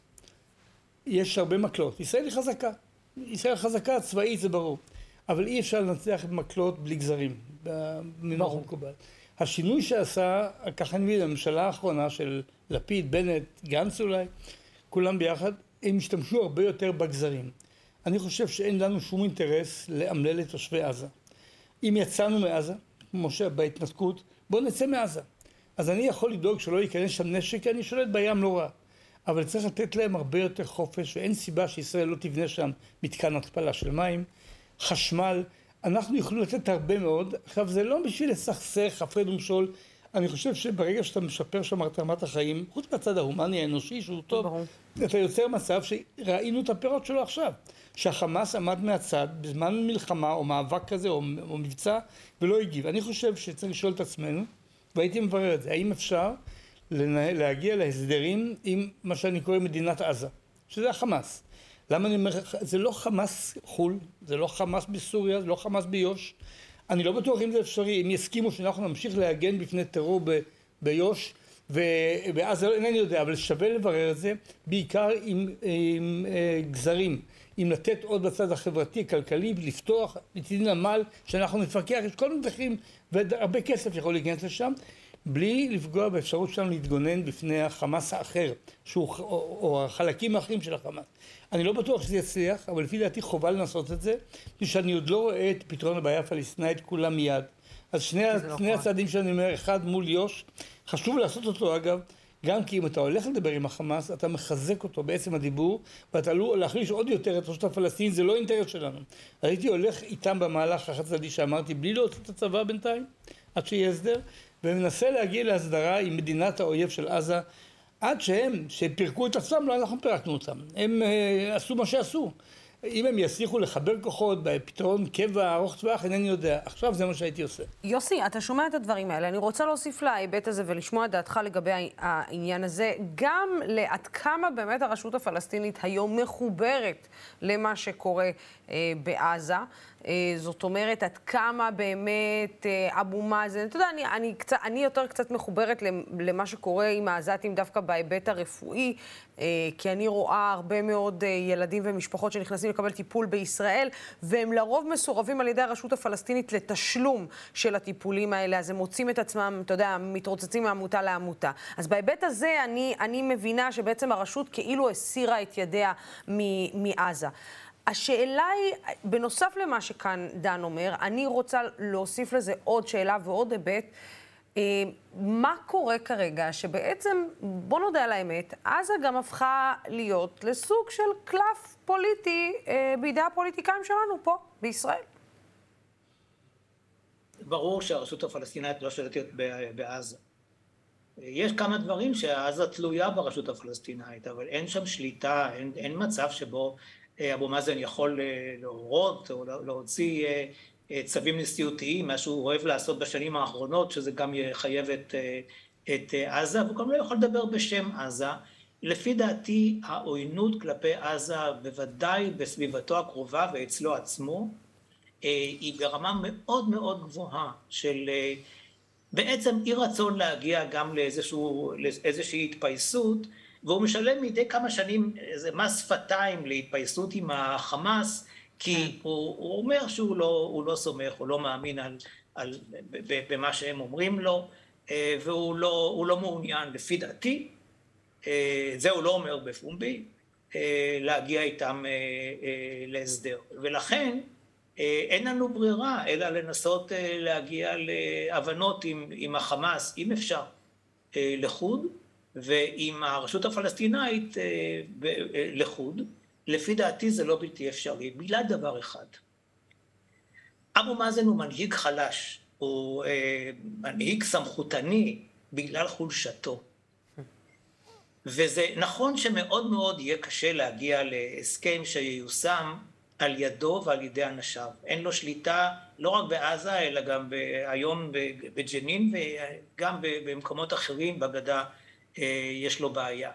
יש הרבה מקלות. ישראל היא חזקה. ישראל חזקה, צבאית זה ברור. אבל אי אפשר לנצח את מקלות בלי גזרים, במנוח מקובל. השינוי שעשה, ככה אני מבין, הממשלה האחרונה של לפיד, בנט, גנץ אולי, כולם ביחד, הם השתמשו הרבה יותר בגזרים. אני חושב שאין לנו שום אינטרס לאמלל את תושבי עזה. אם יצאנו מעזה, כמו שבהתנתקות, בואו נצא מעזה. אז אני יכול לדאוג שלא ייכנס שם נשק, כי אני שולט בים לא רע. אבל צריך לתת להם הרבה יותר חופש, ואין סיבה שישראל לא תבנה שם מתקן התפלה של מים, חשמל. אנחנו יכולים לתת הרבה מאוד. עכשיו, זה לא בשביל לסכסך, הפרד ומשול. אני חושב שברגע שאתה משפר שם את רמת החיים, חוץ מהצד ההומני האנושי שהוא טוב, ברור. אתה יוצר מצב שראינו את הפירות שלו עכשיו. שהחמאס עמד מהצד בזמן מלחמה או מאבק כזה או, או מבצע ולא הגיב. אני חושב שצריך לשאול את עצמנו, והייתי מברר את זה, האם אפשר לנהל, להגיע להסדרים עם מה שאני קורא מדינת עזה, שזה החמאס. למה אני אומר, זה לא חמאס חול, זה לא חמאס בסוריה, זה לא חמאס ביוש. אני לא בטוח אם זה אפשרי, אם יסכימו שאנחנו נמשיך להגן בפני טרור ב, ביוש, ואז אינני יודע, אבל שווה לברר את זה, בעיקר עם, עם עם גזרים, אם לתת עוד בצד החברתי, כלכלי, לפתוח, לצדין למעל, שאנחנו נפקח, יש כל מיני דרכים, והרבה כסף יכול להיכנס לשם. בלי לפגוע באפשרות שלנו להתגונן בפני החמאס האחר, שהוא, או, או החלקים האחרים של החמאס. אני לא בטוח שזה יצליח, אבל לפי דעתי חובה לנסות את זה, שאני עוד לא רואה את פתרון הבעיה הפלסטינאית כולה מיד. אז שני, שני הצעדים שאני אומר, אחד מול יוש, חשוב לעשות אותו אגב, גם כי אם אתה הולך לדבר עם החמאס, אתה מחזק אותו בעצם הדיבור, ואתה עלול להחליש עוד יותר את רשות הפלסטין, זה לא אינטרס שלנו. הייתי הולך איתם במהלך החד צדדי שאמרתי, בלי להוציא את הצבא בינתיים, עד שיהיה הסדר, ומנסה להגיע להסדרה עם מדינת האויב של עזה, עד שהם, שפירקו את עצמם, לא אנחנו פירקנו אותם. הם אה, עשו מה שעשו. אם הם יצליחו לחבר כוחות בפתרון קבע ארוך טווח, אינני יודע. עכשיו זה מה שהייתי עושה. יוסי, אתה שומע את הדברים האלה. אני רוצה להוסיף להיבט הזה ולשמוע את דעתך לגבי העניין הזה, גם לעד כמה באמת הרשות הפלסטינית היום מחוברת למה שקורה אה, בעזה. אה, זאת אומרת, עד כמה באמת אה, אבו מאזן, אתה יודע, אני, אני, קצת, אני יותר קצת מחוברת למה שקורה עם העזתים דווקא בהיבט הרפואי, אה, כי אני רואה הרבה מאוד אה, ילדים ומשפחות שנכנסים לקבל טיפול בישראל, והם לרוב מסורבים על ידי הרשות הפלסטינית לתשלום של הטיפולים האלה, אז הם מוצאים את עצמם, אתה יודע, מתרוצצים מעמותה לעמותה. אז בהיבט הזה אני, אני מבינה שבעצם הרשות כאילו הסירה את ידיה מעזה. השאלה היא, בנוסף למה שכאן דן אומר, אני רוצה להוסיף לזה עוד שאלה ועוד היבט, מה קורה כרגע שבעצם, בוא נודה על האמת, עזה גם הפכה להיות לסוג של קלף פוליטי בידי הפוליטיקאים שלנו פה, בישראל. ברור שהרשות הפלסטינאית לא שולטת בעזה. יש כמה דברים שעזה תלויה ברשות הפלסטינאית, אבל אין שם שליטה, אין, אין מצב שבו אבו מאזן יכול להורות או להוציא צווים נשיאותיים, מה שהוא אוהב לעשות בשנים האחרונות, שזה גם יחייב את, את עזה, והוא גם לא יכול לדבר בשם עזה. לפי דעתי, העוינות כלפי עזה, בוודאי בסביבתו הקרובה ואצלו עצמו, היא ברמה מאוד מאוד גבוהה של בעצם אי רצון להגיע גם לאיזשהו, לאיזושהי התפייסות, והוא משלם מדי כמה שנים איזה מס שפתיים להתפייסות עם החמאס, כי הוא, הוא אומר שהוא לא, הוא לא סומך, הוא לא מאמין על, על, במה שהם אומרים לו, והוא לא, הוא לא מעוניין, לפי דעתי, זה הוא לא אומר בפומבי, להגיע איתם להסדר. ולכן אין לנו ברירה, אלא לנסות להגיע להבנות עם, עם החמאס, אם אפשר, לחוד, ועם הרשות הפלסטינאית לחוד. לפי דעתי זה לא בלתי אפשרי, בגלל דבר אחד. אבו מאזן הוא מנהיג חלש, הוא מנהיג סמכותני בגלל חולשתו. וזה נכון שמאוד מאוד יהיה קשה להגיע להסכם שייושם על ידו ועל ידי אנשיו. אין לו שליטה לא רק בעזה, אלא גם היום בג'נין וגם במקומות אחרים בגדה יש לו בעיה.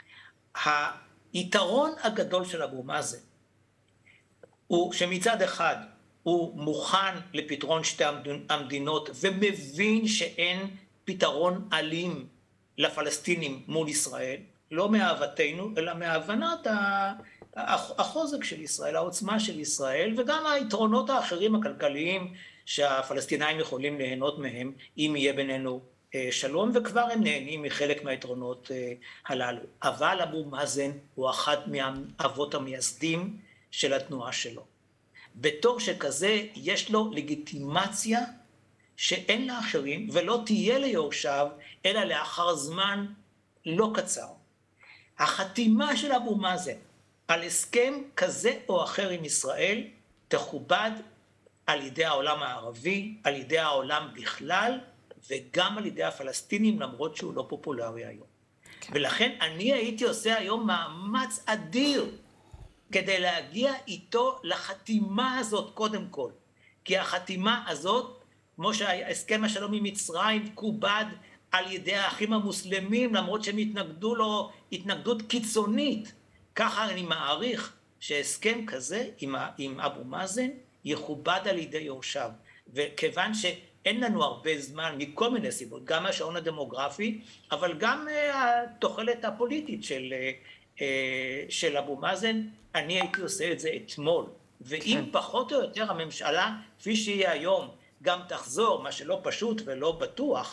היתרון הגדול של אבו מאזן הוא שמצד אחד הוא מוכן לפתרון שתי המדינות ומבין שאין פתרון אלים לפלסטינים מול ישראל, לא מאהבתנו, אלא מהבנת החוזק של ישראל, העוצמה של ישראל, וגם היתרונות האחרים הכלכליים שהפלסטינאים יכולים ליהנות מהם, אם יהיה בינינו שלום, וכבר הם נהנים מחלק מהיתרונות הללו. אבל אבו מאזן הוא אחד מהאבות המייסדים של התנועה שלו. בתור שכזה יש לו לגיטימציה שאין לאחרים ולא תהיה ליורשיו, אלא לאחר זמן לא קצר. החתימה של אבו מאזן על הסכם כזה או אחר עם ישראל תכובד על ידי העולם הערבי, על ידי העולם בכלל, וגם על ידי הפלסטינים, למרות שהוא לא פופולרי היום. כן. ולכן אני הייתי עושה היום מאמץ אדיר כדי להגיע איתו לחתימה הזאת קודם כל. כי החתימה הזאת, כמו שהסכם השלום עם מצרים כובד על ידי האחים המוסלמים, למרות שהם התנגדו לו התנגדות קיצונית, ככה אני מעריך שהסכם כזה עם, עם אבו מאזן יכובד על ידי יורשיו. וכיוון שאין לנו הרבה זמן מכל מיני סיבות, גם השעון הדמוגרפי, אבל גם התוחלת הפוליטית של, של אבו מאזן, אני הייתי עושה את זה אתמול. ואם פחות או יותר הממשלה, כפי שהיא היום, גם תחזור, מה שלא פשוט ולא בטוח,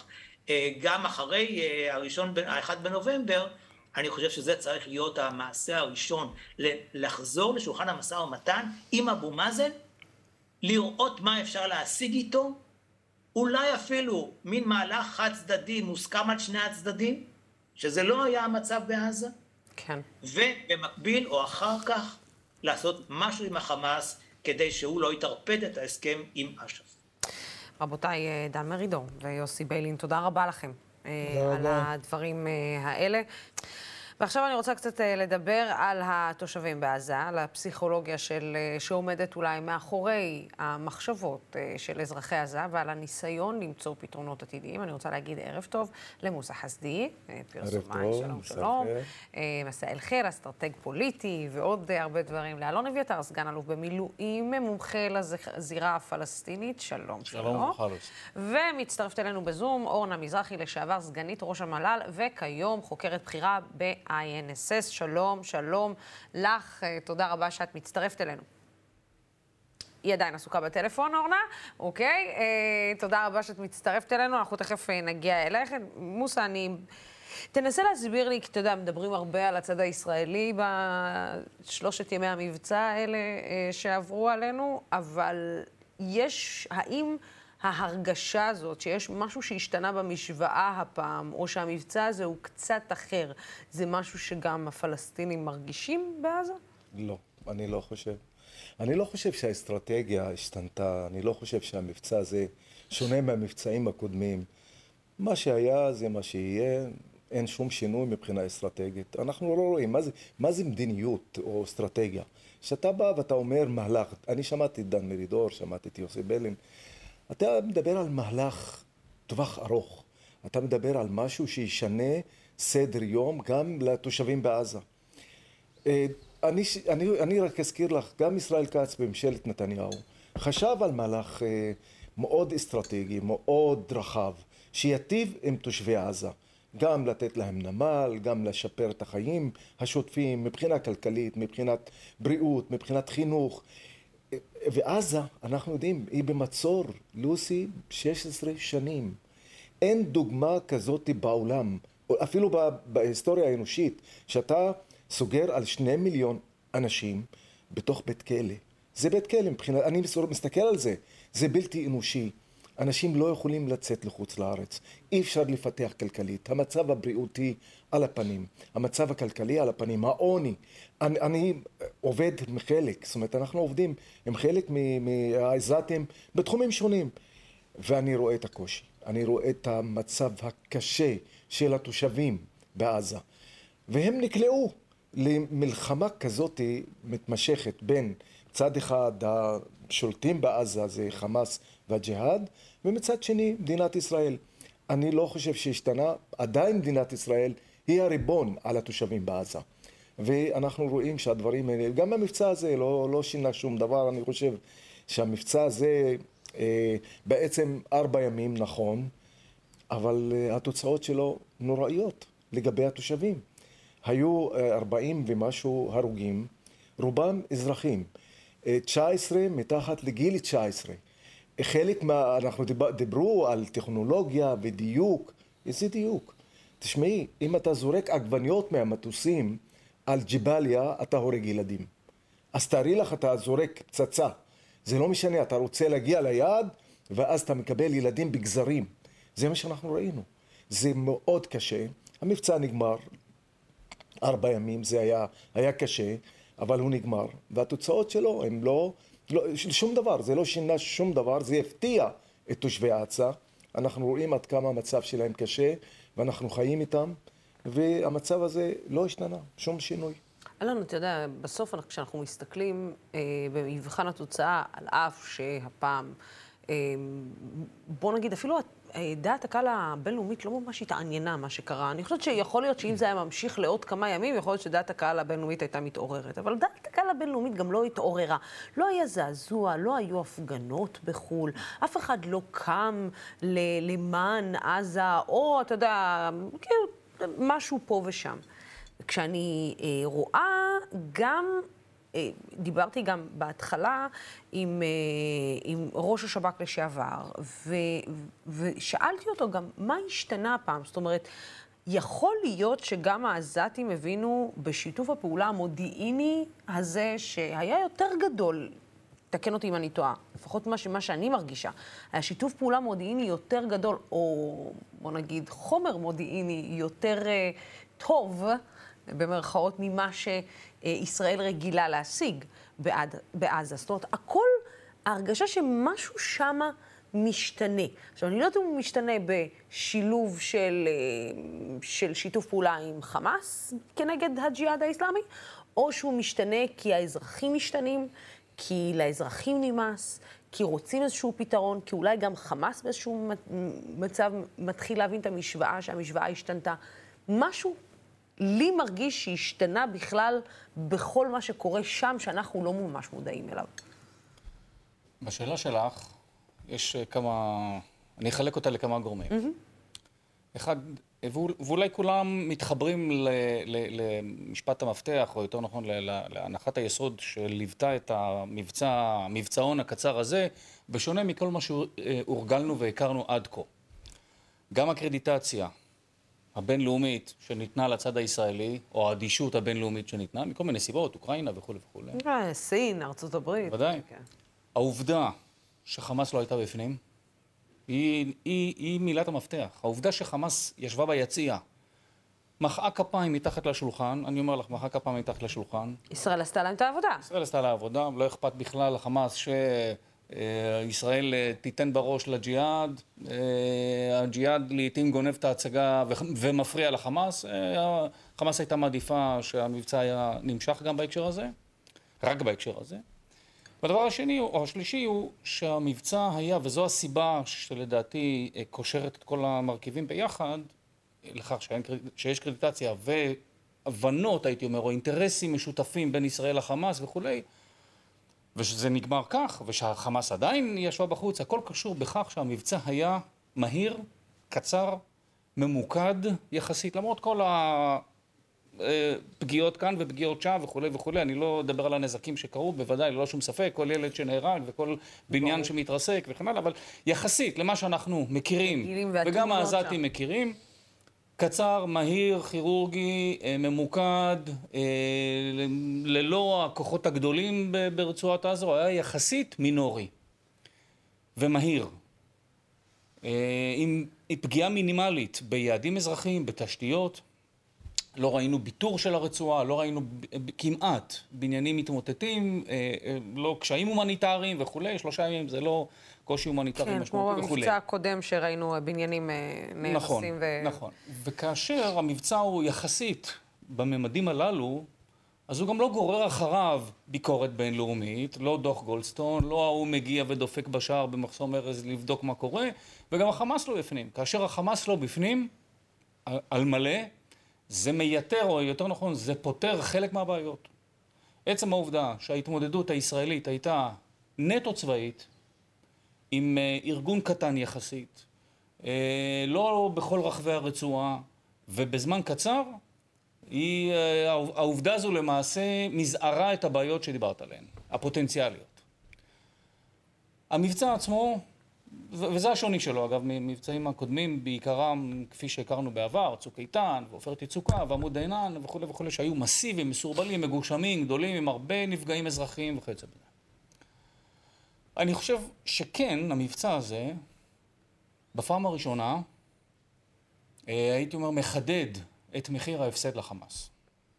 גם אחרי הראשון, האחד בנובמבר, אני חושב שזה צריך להיות המעשה הראשון, לחזור לשולחן המשא ומתן עם אבו מאזן, לראות מה אפשר להשיג איתו, אולי אפילו מין מהלך חד צדדי מוסכם על שני הצדדים, שזה לא היה המצב בעזה, כן. ובמקביל או אחר כך לעשות משהו עם החמאס, כדי שהוא לא יתרפד את ההסכם עם אש"ף. רבותיי, דן מרידור ויוסי ביילין, תודה רבה לכם תודה על רבה. הדברים האלה. ועכשיו אני רוצה קצת לדבר על התושבים בעזה, על הפסיכולוגיה של, שעומדת אולי מאחורי המחשבות של אזרחי עזה, ועל הניסיון למצוא פתרונות עתידיים. אני רוצה להגיד ערב טוב למוסא חסדי, פרסומאי, שלום שלום, מסע אל חיר, אסטרטג פוליטי ועוד הרבה דברים. לאלון אביתר, סגן אלוף במילואים, מומחה לזירה הפלסטינית, שלום שלום. שלום. ומצטרפת אלינו בזום, אורנה מזרחי, לשעבר סגנית ראש המל"ל, וכיום חוקרת בחירה ב-איי אן אס אס. שלום, שלום לך, תודה רבה שאת מצטרפת אלינו. היא עדיין עסוקה בטלפון, אורנה, אוקיי? אה, תודה רבה שאת מצטרפת אלינו, אנחנו תכף נגיע אליך. מוסא, אני... תנסה להסביר לי, כי אתה יודע, מדברים הרבה על הצד הישראלי בשלושת ימי המבצע האלה אה, שעברו עלינו, אבל יש, האם ההרגשה הזאת שיש משהו שהשתנה במשוואה הפעם, או שהמבצע הזה הוא קצת אחר, זה משהו שגם הפלסטינים מרגישים בעזה? לא, אני לא חושב. אני לא חושב שהאסטרטגיה השתנתה, אני לא חושב שהמבצע הזה שונה מהמבצעים הקודמים. מה שהיה זה מה שיהיה, אין שום שינוי מבחינה אסטרטגית. אנחנו לא רואים, מה זה, מה זה מדיניות או אסטרטגיה? שאתה בא ואתה אומר מהלך, אני שמעתי את דן מרידור, שמעתי את יוסי ביילין, אתה מדבר על מהלך טווח ארוך, אתה מדבר על משהו שישנה סדר יום גם לתושבים בעזה. אני, אני, אני רק אזכיר לך, גם ישראל כץ בממשלת נתניהו חשב על מהלך מאוד אסטרטגי, מאוד רחב, שיטיב עם תושבי עזה, גם לתת להם נמל, גם לשפר את החיים השוטפים מבחינה כלכלית, מבחינת בריאות, מבחינת חינוך. ועזה, אנחנו יודעים, היא במצור, לוסי, שש עשרה שנים. אין דוגמה כזאת בעולם, אפילו בהיסטוריה האנושית, שאתה סוגר על שני מיליון אנשים בתוך בית כלא. זה בית כלא, מבחינת, אני מסתכל על זה, זה בלתי אנושי. אנשים לא יכולים לצאת לחוץ לארץ, אי אפשר לפתח כלכלית, המצב הבריאותי על הפנים, המצב הכלכלי על הפנים, העוני. אני, אני עובד מחלק, זאת אומרת, אנחנו עובדים עם חלק מהעזתים בתחומים שונים, ואני רואה את הקושי, אני רואה את המצב הקשה של התושבים בעזה, והם נקלעו למלחמה כזאת מתמשכת בין צד אחד השולטים בעזה, זה חמאס והג'יהאד, ומצד שני מדינת ישראל. אני לא חושב שהשתנה, עדיין מדינת ישראל היא הריבון על התושבים בעזה. ואנחנו רואים שהדברים האלה, גם המבצע הזה לא, לא שינה שום דבר. אני חושב שהמבצע הזה אה, בעצם ארבע ימים נכון, אבל אה, התוצאות שלו נוראיות לגבי התושבים. היו ארבעים ומשהו הרוגים, רובם אזרחים, תשע עשרה מתחת לגיל תשע עשרה. חלק מה, אנחנו דיבר, דיברו על טכנולוגיה ודיוק, איזה דיוק? תשמעי, אם אתה זורק עגבניות מהמטוסים על ג'באליה, אתה הורג ילדים. אז תארי לך, אתה זורק פצצה. זה לא משנה, אתה רוצה להגיע ליעד, ואז אתה מקבל ילדים בגזרים. זה מה שאנחנו ראינו. זה מאוד קשה. המבצע נגמר, ארבע ימים, זה היה, היה קשה, אבל הוא נגמר. והתוצאות שלו הם לא, לא, שום דבר, זה לא שינה שום דבר, זה הפתיע את תושבי עזה. אנחנו רואים עד כמה המצב שלהם קשה, ואנחנו חיים איתם, והמצב הזה לא השתנה, שום שינוי. אלון, אתה יודע, בסוף כשאנחנו מסתכלים אה, במבחן התוצאה, על אף שהפעם, אה, בוא נגיד, אפילו דעת הקהל הבינלאומית לא ממש התעניינה מה שקרה. אני חושבת שיכול להיות שאם זה היה ממשיך לעוד כמה ימים, יכול להיות שדעת הקהל הבינלאומית הייתה מתעוררת. אבל דעת הקהל הבינלאומית גם לא התעוררה. לא היה זעזוע, לא היו הפגנות בחול, אף אחד לא קם למען עזה, או, אתה יודע, כאילו, משהו פה ושם. כשאני אה, רואה גם דיברתי גם בהתחלה עם, עם ראש השב"כ לשעבר, ו, ושאלתי אותו גם מה השתנה הפעם. זאת אומרת, יכול להיות שגם העזתים הבינו בשיתוף הפעולה המודיעיני הזה שהיה יותר גדול, תקן אותי אם אני טועה, לפחות מה, מה שאני מרגישה, היה שיתוף פעולה מודיעיני יותר גדול, או בוא נגיד חומר מודיעיני יותר uh, טוב, במרכאות, ממה שישראל רגילה להשיג בעד, בעזה. זאת אומרת, הכל, ההרגשה שמשהו שמה משתנה. עכשיו, אני לא יודעת אם הוא משתנה בשילוב של, של שיתוף פעולה עם חמאס כנגד הג'יהאד האסלאמי, או שהוא משתנה כי האזרחים משתנים, כי לאזרחים נמאס, כי רוצים איזשהו פתרון, כי אולי גם חמאס באיזשהו מצב מתחיל להבין את המשוואה, שהמשוואה השתנתה. משהו לי מרגיש שהשתנה בכלל בכל מה שקורה שם, שאנחנו לא ממש מודעים אליו. בשאלה שלך, יש כמה, אני אחלק אותה לכמה גורמים. Mm-hmm. אחד, ואולי כולם מתחברים ל, ל, למשפט המפתח, או יותר נכון להנחת היסוד שליוותה את המבצע, המבצעון הקצר הזה, בשונה מכל מה שהורגלנו והכרנו עד כה. גם הקרדיטציה הבינלאומית שניתנה לצד הישראלי, או האדישות הבינלאומית שניתנה, מכל מיני סיבות, אוקראינה וכו' וכו'. סין, ארצות הברית. ודאי. העובדה שחמאס לא הייתה בפנים, היא, היא, היא מילת המפתח. העובדה שחמאס ישבה ביציאה, מחאה כפיים מתחת לשולחן, אני אומר לך, מחאה כפיים מתחת לשולחן. ישראל עשתה להם את העבודה. ישראל עשתה לה עבודה, לא אכפת בכלל לחמאס שישראל תיתן בראש לג'יהאד, הג'יהאד לעתים גונב את ההצגה ומפריע לחמאס, חמאס הייתה מעדיפה שהמבצע היה נמשך גם בהקשר הזה, רק בהקשר הזה. והדבר השני, או השלישי, הוא שהמבצע היה, וזו הסיבה שלדעתי קושרת את כל המרכיבים ביחד, לכך שיש קרדיטציה והבנות, הייתי אומר, או אינטרסים משותפים בין ישראל לחמאס וכולי, ושזה נגמר כך, ושהחמאס עדיין ישבה בחוץ, הכל קשור בכך שהמבצע היה מהיר, קצר, ממוקד יחסית, למרות כל ה... פגיעות כאן ופגיעות שם וכולי וכולי, אני לא אדבר על הנזקים שקרו, בוודאי, ללא שום ספק, כל ילד שנהרג וכל בניין שמתרסק וכן הלאה, אבל יחסית למה שאנחנו מכירים, וגם העזתים מכירים, קצר, מהיר, כירורגי, ממוקד, ללא הכוחות הגדולים ברצועת עזה, היה יחסית מינורי ומהיר. עם פגיעה מינימלית ביעדים אזרחיים, בתשתיות, לא ראינו ביטור של הרצועה, לא ראינו כמעט בניינים מתמוטטים, לא קשיים הומניטריים וכולי, שלושה ימים זה לא קושי הומניטרי משמעותי וכולי. כמו במבצע הקודם שראינו בניינים נהרסים. נכון, נכון. וכאשר המבצע הוא יחסית בממדים הללו, אז הוא גם לא גורר אחריו ביקורת בינלאומית, לא דוח גולדסטון, לא ההוא מגיע ודופק בשער במחסום ארז לבדוק מה קורה, וגם החמאס לא בפנים. כאשר החמאס לא בפנים, על מלא, זה מייתר, או יותר נכון, זה פותר חלק מהבעיות. עצם העובדה שההתמודדות הישראלית הייתה נטו צבאית, עם ארגון קטן יחסית, לא בכל רחבי הרצועה, ובזמן קצר, היא, העובדה הזו למעשה מזערה את הבעיות שדיברת עליהן, הפוטנציאליות. המבצע עצמו, וזה השוני שלו, אגב, ממבצעים הקודמים, בעיקרם, כפי שהכרנו בעבר, צוק איתן, ועופרת יצוקה, ועמוד עינן, וכו' וכו', שהיו מסיביים, מסורבלים, מגושמים, גדולים, עם הרבה נפגעים אזרחיים וכיוצא בזה. אני חושב שכן, המבצע הזה, בפעם הראשונה, הייתי אומר, מחדד את מחיר ההפסד לחמאס.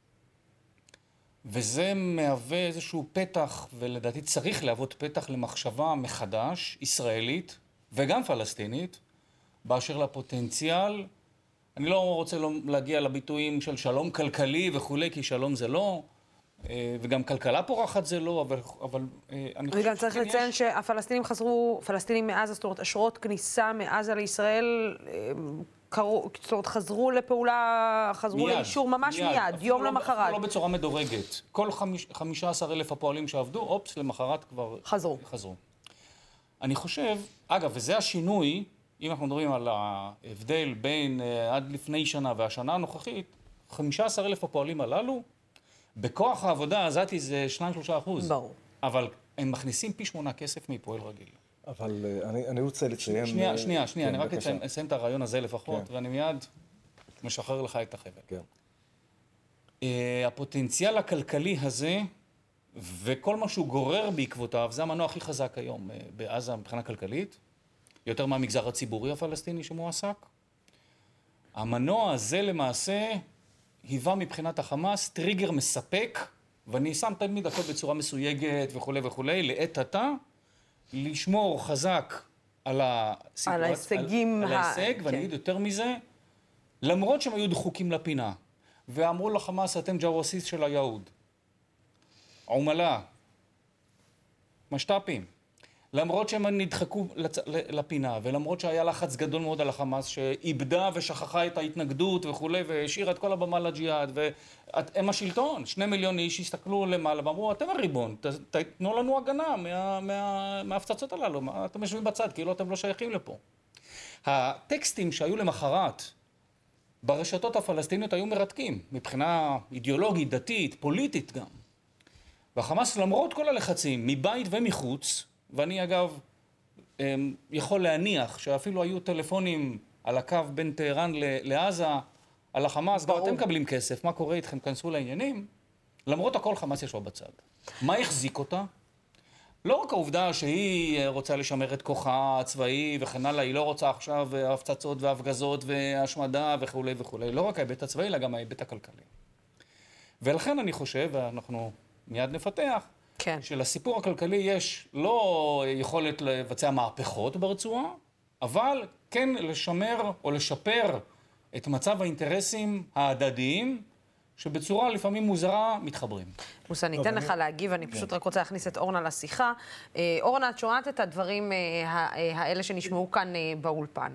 וזה מהווה איזשהו פתח, ולדעתי צריך להוות פתח למחשבה מחדש, ישראלית וגם פלסטינית, באשר לפוטנציאל. אני לא רוצה להגיע לביטויים של שלום כלכלי וכולי, כי שלום זה לא, וגם כלכלה פורחת זה לא, אבל, אבל אני חושב וגם צריך לציין יש... שהפלסטינים חזרו, פלסטינים מעזה, זאת אומרת, אשרות כניסה מעזה לישראל, קרו, זאת אומרת, חזרו לפעולה, חזרו מיד, לאישור ממש מיד, מיד יום לא, למחרת. אפילו לא בצורה מדורגת. כל חמיש, חמישה עשר אלף הפועלים שעבדו, אופס, למחרת כבר חזרו. חזרו. אני חושב, אגב, וזה השינוי, אם אנחנו מדברים על ההבדל בין עד לפני שנה והשנה הנוכחית, חמישה עשר אלף הפועלים הללו, בכוח העבודה העזתי זה שניים שלושה אחוז. ברור. אבל הם מכניסים פי שמונה כסף מפועל רגיל. אבל אני, אני רוצה לציין... שנייה, שנייה, שנייה, כן, אני רק בבקשה. אציין, אציין את הרעיון הזה לפחות, כן. ואני מיד משחרר לך את החבל. כן. Uh, הפוטנציאל הכלכלי הזה, וכל מה שהוא גורר בעקבותיו, זה המנוע הכי חזק היום uh, בעזה מבחינה כלכלית, יותר מהמגזר הציבורי הפלסטיני שמועסק. המנוע הזה למעשה היווה מבחינת החמאס טריגר מספק, ואני שם תמיד הכל בצורה מסויגת וכו' וכו', לעת עתה, לשמור חזק על הסיטואציה, על ההישגים, על, על ההישג, כן. ואני אגיד יותר מזה, למרות שהם היו דחוקים לפינה, ואמרו לחמאס, אתם ג'וואסיס של היהוד, עומלה, משת"פים, למרות שהם נדחקו לצ... לפינה, ולמרות שהיה לחץ גדול מאוד על החמאס, שאיבדה ושכחה את ההתנגדות וכו', והשאירה את כל הבמה לג'יהאד, והם השלטון, שני מיליון איש הסתכלו למעלה, ואמרו, אתם הריבון, ת... תתנו לנו הגנה מה... מה... מההפצצות הללו, מה... אתם יושבים בצד, כאילו אתם לא שייכים לפה. הטקסטים שהיו למחרת, ברשתות הפלסטיניות היו מרתקים, מבחינה אידיאולוגית, דתית, פוליטית גם. והחמאס, למרות כל הלחצים, מבית ומחוץ, ואני אגב יכול להניח שאפילו היו טלפונים על הקו בין טהרן לעזה, על החמאס, גם אתם מקבלים כסף, מה קורה איתכם, כנסו לעניינים, למרות הכל חמאס ישבה בצד. מה החזיק אותה? לא רק העובדה שהיא רוצה לשמר את כוחה הצבאי וכן הלאה, היא לא רוצה עכשיו הפצצות והפגזות והשמדה וכו' וכו', לא רק ההיבט הצבאי, אלא גם ההיבט הכלכלי. ולכן אני חושב, ואנחנו מיד נפתח, כן. שלסיפור הכלכלי יש לא יכולת לבצע מהפכות ברצועה, אבל כן לשמר או לשפר את מצב האינטרסים ההדדיים, שבצורה לפעמים מוזרה מתחברים. מוסא, ניתן לך להגיב, אני פשוט רק רוצה להכניס את אורנה לשיחה. אורנה, את שומעת את הדברים האלה שנשמעו כאן באולפן,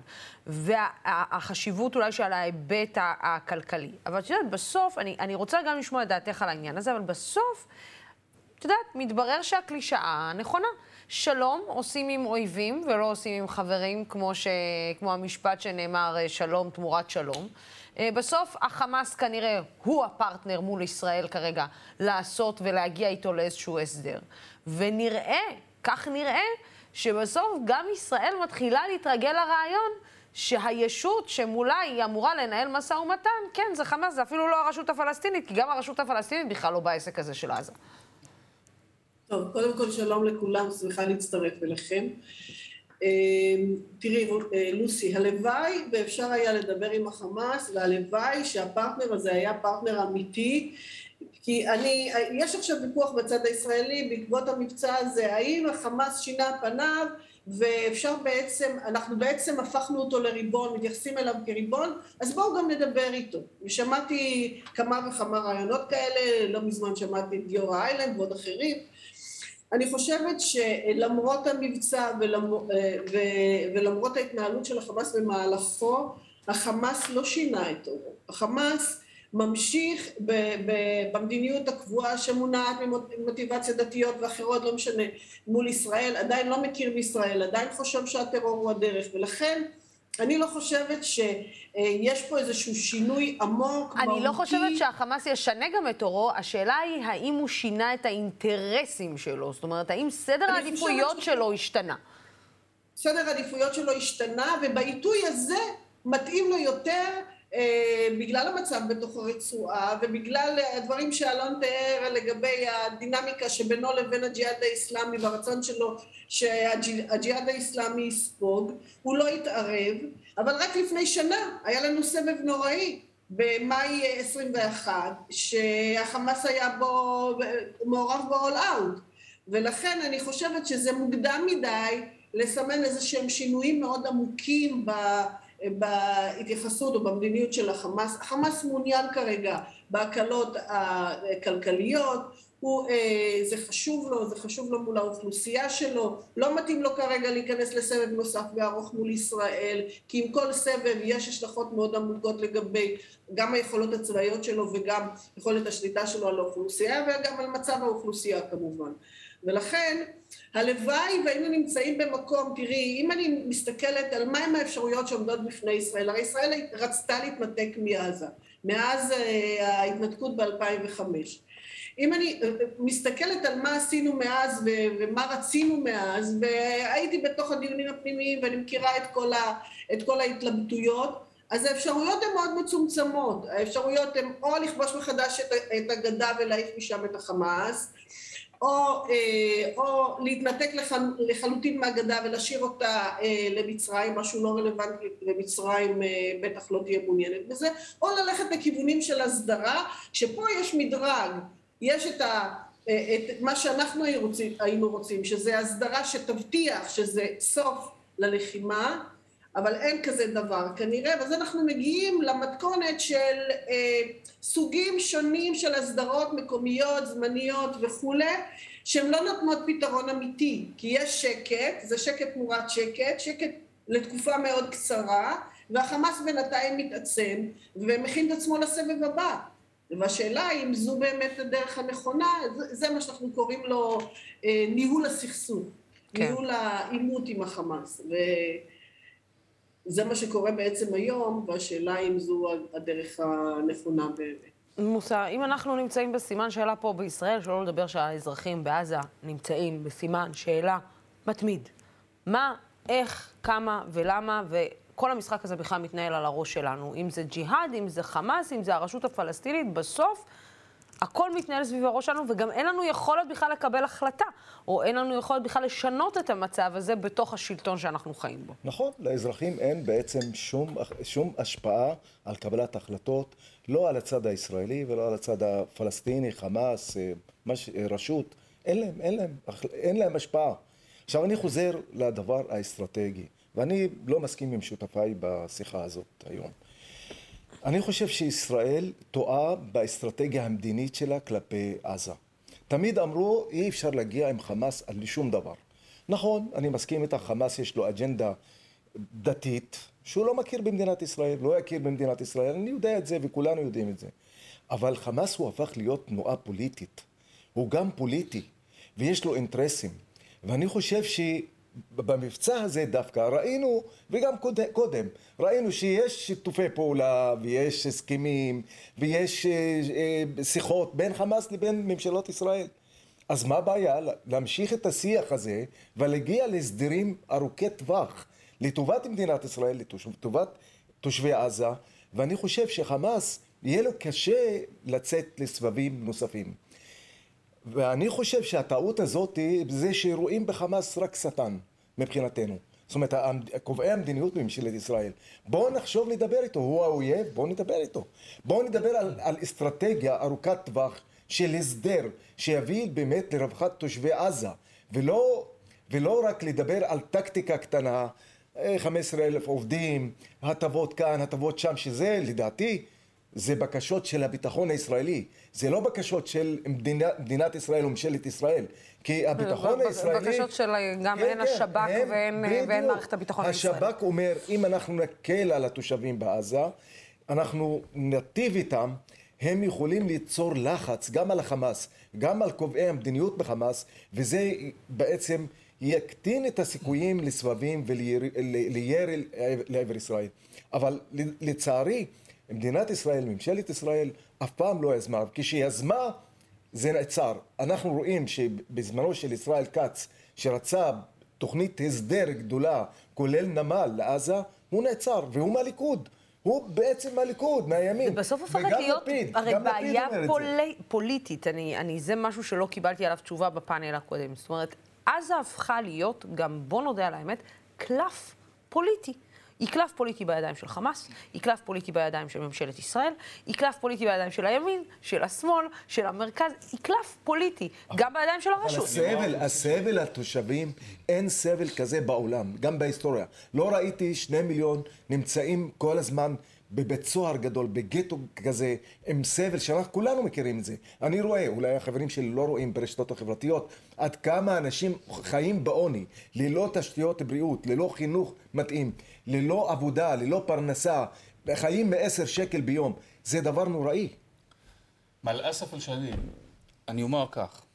והחשיבות אולי של ההיבט הכלכלי. אבל את יודעת, בסוף, אני, אני רוצה גם לשמוע את דעתך על העניין הזה, אבל בסוף, את יודעת, מתברר שהקלישאה נכונה. שלום עושים עם אויבים ולא עושים עם חברים, כמו, ש... כמו המשפט שנאמר שלום תמורת שלום. בסוף החמאס כנראה הוא הפרטנר מול ישראל כרגע לעשות ולהגיע איתו לאיזשהו הסדר. ונראה, כך נראה, שבסוף גם ישראל מתחילה להתרגל לרעיון שהישות שמולה היא אמורה לנהל משא ומתן, כן, זה חמאס, זה אפילו לא הרשות הפלסטינית, כי גם הרשות הפלסטינית בכלל לא בעסק הזה של עזה. טוב, קודם כל שלום לכולם, שמחה להצטרף אליכם. תראי, לוסי, הלוואי ואפשר היה לדבר עם החמאס, והלוואי שהפרטנר הזה היה פרטנר אמיתי, כי אני, יש עכשיו ויכוח בצד הישראלי בעקבות המבצע הזה, האם החמאס שינה פניו, ואפשר בעצם, אנחנו בעצם הפכנו אותו לריבון, מתייחסים אליו כריבון, אז בואו גם נדבר איתו. ושמעתי כמה וכמה רעיונות כאלה, לא מזמן שמעתי את גיורא איילנד ועוד אחרים, אני חושבת שלמרות המבצע ולמרות ההתנהלות של החמאס במהלכו, החמאס לא שינה את אורו. החמאס ממשיך במדיניות הקבועה שמונעת ממוטיבציה דתיות ואחרות, לא משנה, מול ישראל, עדיין לא מכיר בישראל, עדיין חושב שהטרור הוא הדרך, ולכן אני לא חושבת שיש פה איזשהו שינוי עמוק, אני לא חושבת שהחמאס ישנה גם את אורו, השאלה היא האם הוא שינה את האינטרסים שלו, זאת אומרת, האם סדר העדיפויות שלו השתנה? סדר העדיפויות שלו השתנה, ובעיתוי הזה מתאים לו יותר בגלל המצב בתוך הרצועה, ובגלל הדברים שאלון תיאר לגבי הדינמיקה שבינו לבין הג'יהאד האסלאמי, והרצון שלו שהג'יהאד האסלאמי יספוג, הוא לא התערב, אבל רק לפני שנה היה לנו סבב נוראי, במאי עשרים ואחת, שהחמאס היה בו, מעורב ב-all out, ולכן אני חושבת שזה מוקדם מדי לסמן איזה שהם שינויים מאוד עמוקים ב... בהתייחסות או במדיניות של החמאס. החמאס מעוניין כרגע בהקלות הכלכליות, הוא, זה חשוב לו, זה חשוב לו מול האוכלוסייה שלו, לא מתאים לו כרגע להיכנס לסבב נוסף וארוך מול ישראל, כי עם כל סבב יש השלכות מאוד עמוקות לגבי גם היכולות הצבאיות שלו וגם יכולת השליטה שלו על האוכלוסייה וגם על מצב האוכלוסייה כמובן. ולכן, הלוואי והיינו נמצאים במקום, תראי, אם אני מסתכלת על מהם האפשרויות שעומדות בפני ישראל, הרי ישראל רצתה להתנתק מעזה, מאז ההתנתקות ב-אלפיים וחמש. אם אני מסתכלת על מה עשינו מאז ומה רצינו מאז, והייתי בתוך הדיונים הפנימיים ואני מכירה את כל, ה, את כל ההתלבטויות, אז האפשרויות הן מאוד מצומצמות. האפשרויות הן או לכבוש מחדש את, את הגדה ולהעיף משם את החמאס, או, או להתנתק לחלוטין מהגדה ולהשאיר אותה למצרים, משהו לא רלוונטי למצרים, בטח לא תהיה מעוניינת בזה, או ללכת לכיוונים של הסדרה, שפה יש מדרג, יש את, ה, את מה שאנחנו היינו רוצים, שזה הסדרה שתבטיח שזה סוף ללחימה, אבל אין כזה דבר כנראה, ואז אנחנו מגיעים למתכונת של אה, סוגים שונים של הסדרות מקומיות, זמניות וכולי, שהן לא נותנות פתרון אמיתי, כי יש שקט, זה שקט תמורת שקט, שקט לתקופה מאוד קצרה, והחמאס בינתיים מתעצם ומכין את עצמו לסבב הבא. והשאלה אם זו באמת הדרך הנכונה, זה, זה מה שאנחנו קוראים לו אה, ניהול הסכסוך, כן. ניהול העימות עם החמאס. ו... זה מה שקורה בעצם היום, והשאלה אם זו הדרך הנכונה באמת. מוסא, אם אנחנו נמצאים בסימן שאלה פה בישראל, שלא לדבר שהאזרחים בעזה נמצאים בסימן שאלה מתמיד. מה, איך, כמה ולמה, וכל המשחק הזה בכלל מתנהל על הראש שלנו. אם זה ג'יהאד, אם זה חמאס, אם זה הרשות הפלסטינית, בסוף הכל מתנהל סביב הראש שלנו, וגם אין לנו יכולת בכלל לקבל החלטה, או אין לנו יכולת בכלל לשנות את המצב הזה בתוך השלטון שאנחנו חיים בו. נכון, לאזרחים אין בעצם שום, שום השפעה על קבלת החלטות, לא על הצד הישראלי ולא על הצד הפלסטיני, חמאס, מש, רשות, אין להם, אין להם, אין להם השפעה. עכשיו אני חוזר לדבר האסטרטגי, ואני לא מסכים עם שותפיי בשיחה הזאת היום. אני חושב שישראל טועה באסטרטגיה המדינית שלה כלפי עזה. תמיד אמרו, אי אפשר להגיע עם חמאס על שום דבר. נכון, אני מסכים איתך, חמאס יש לו אג'נדה דתית, שהוא לא מכיר במדינת ישראל, לא יכיר במדינת ישראל, אני יודע את זה וכולנו יודעים את זה. אבל חמאס הוא הפך להיות תנועה פוליטית. הוא גם פוליטי, ויש לו אינטרסים. ואני חושב ש... במבצע הזה דווקא ראינו, וגם קודם, קודם, ראינו שיש שיתופי פעולה ויש הסכמים ויש אה, אה, שיחות בין חמאס לבין ממשלות ישראל. אז מה הבעיה? להמשיך את השיח הזה ולהגיע להסדרים ארוכי טווח לטובת מדינת ישראל, לטובת תושבי עזה, ואני חושב שחמאס יהיה לו קשה לצאת לסבבים נוספים. ואני חושב שהטעות הזאת זה שרואים בחמאס רק שטן מבחינתנו. זאת אומרת, קובעי המדיניות בממשלת ישראל. בואו נחשוב לדבר איתו, הוא האויב, בואו נדבר איתו. בואו נדבר על, על אסטרטגיה ארוכת טווח של הסדר שיביא באמת לרווחת תושבי עזה, ולא, ולא רק לדבר על טקטיקה קטנה, חמישה עשר אלף עובדים, הטבות כאן, הטבות שם, שזה לדעתי זה בקשות של הביטחון הישראלי, זה לא בקשות של מדינה, מדינת ישראל וממשלת ישראל, כי הביטחון הישראלי... בקשות של גם אין השב"כ ואין מערכת הביטחון הישראלי. השב"כ אומר, אם אנחנו נקל על התושבים בעזה, אנחנו נטיב איתם, הם יכולים ליצור לחץ גם על החמאס, גם על קובעי המדיניות בחמאס, וזה בעצם יקטין את הסיכויים לסבבים ולירי לעבר ישראל. אבל לצערי, מדינת ישראל, ממשלת ישראל, אף פעם לא יזמה, כשיזמה זה נעצר. אנחנו רואים שבזמנו של ישראל כץ, שרצה תוכנית הסדר גדולה, כולל נמל לעזה, הוא נעצר, והוא מהליכוד. הוא בעצם מהליכוד, מהימין. זה בסוף הופך להיות, הרי בעיה פוליטית, אני, אני, זה משהו שלא קיבלתי עליו תשובה בפאנל הקודם. זאת אומרת, עזה הפכה להיות, גם בוא נודה על האמת, קלף פוליטי. היא קלף פוליטי בידיים של חמאס, היא קלף פוליטי בידיים של ממשלת ישראל, היא קלף פוליטי בידיים של הימין, של השמאל, של המרכז, היא קלף פוליטי, גם בידיים של הרשות. הסבל, הסבל התושבים, אין סבל כזה בעולם, גם בהיסטוריה. לא ראיתי שני מיליון נמצאים כל הזמן בבית סוהר גדול, בגטו כזה, עם סבל שאנחנו כולנו מכירים את זה. אני רואה, אולי החברים שלי לא רואים ברשתות החברתיות, עד כמה אנשים חיים בעוני, ללא תשתיות בריאות, ללא חינוך מתאים, ללא עבודה, ללא פרנסה, חיים מעשר שקל ביום. זה דבר נוראי. לאסף אל-שדיד, אני אומר כך.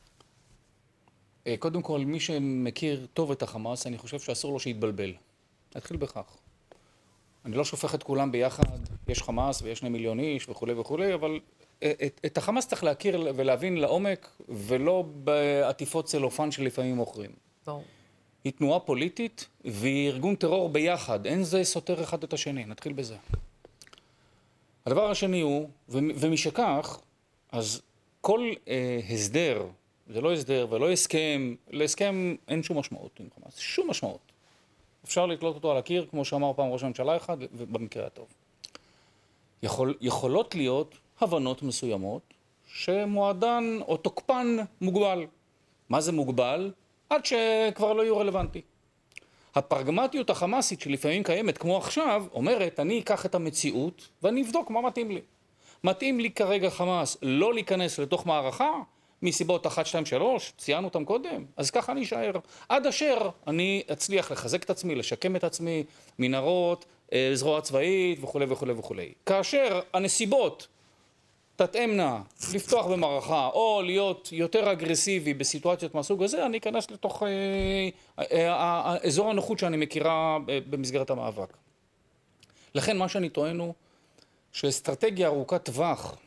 קודם כל, מי שמכיר טוב את החמאס, אני חושב שאסור לו שיתבלבל. נתחיל בכך. אני לא שופך את כולם ביחד, יש חמאס ויש שני מיליון איש וכו' וכו', אבל את, את החמאס צריך להכיר ולהבין לעומק, ולא בעטיפות צלופן שלפעמים מוכרים. טוב. היא תנועה פוליטית, והיא ארגון טרור ביחד. אין זה סותר אחד את השני. נתחיל בזה. הדבר השני הוא, ומשכך, אז כל אה, הסדר, זה לא הסדר ולא הסכם, להסכם אין שום משמעות עם חמאס, שום משמעות. אפשר לתלות אותו על הקיר, כמו שאמר פעם ראש הממשלה אחד, ובמקרה הטוב. יכול, יכולות להיות הבנות מסוימות, שמועדן או תוקפן מוגבל. מה זה מוגבל? עד שכבר לא יהיו רלוונטי. הפרגמטיות החמאסית שלפעמים קיימת, כמו עכשיו, אומרת, אני אקח את המציאות ואני אבדוק מה מתאים לי. מתאים לי כרגע חמאס לא להיכנס לתוך מערכה, מסיבות אחת, שתיים, שלוש, ציינו אותם קודם, אז ככה אני אשאר. עד אשר אני אצליח לחזק את עצמי, לשקם את עצמי, מנהרות, זרוע צבאית וכו' וכו' וכו'. כאשר הנסיבות תתאמנה לפתוח במערכה או להיות יותר אגרסיבי בסיטואציות מהסוג הזה, אני אכנס לתוך אה, אה, אה, אזור הנוחות שאני מכירה במסגרת המאבק. לכן מה שאני טוען הוא שאסטרטגיה ארוכת טווח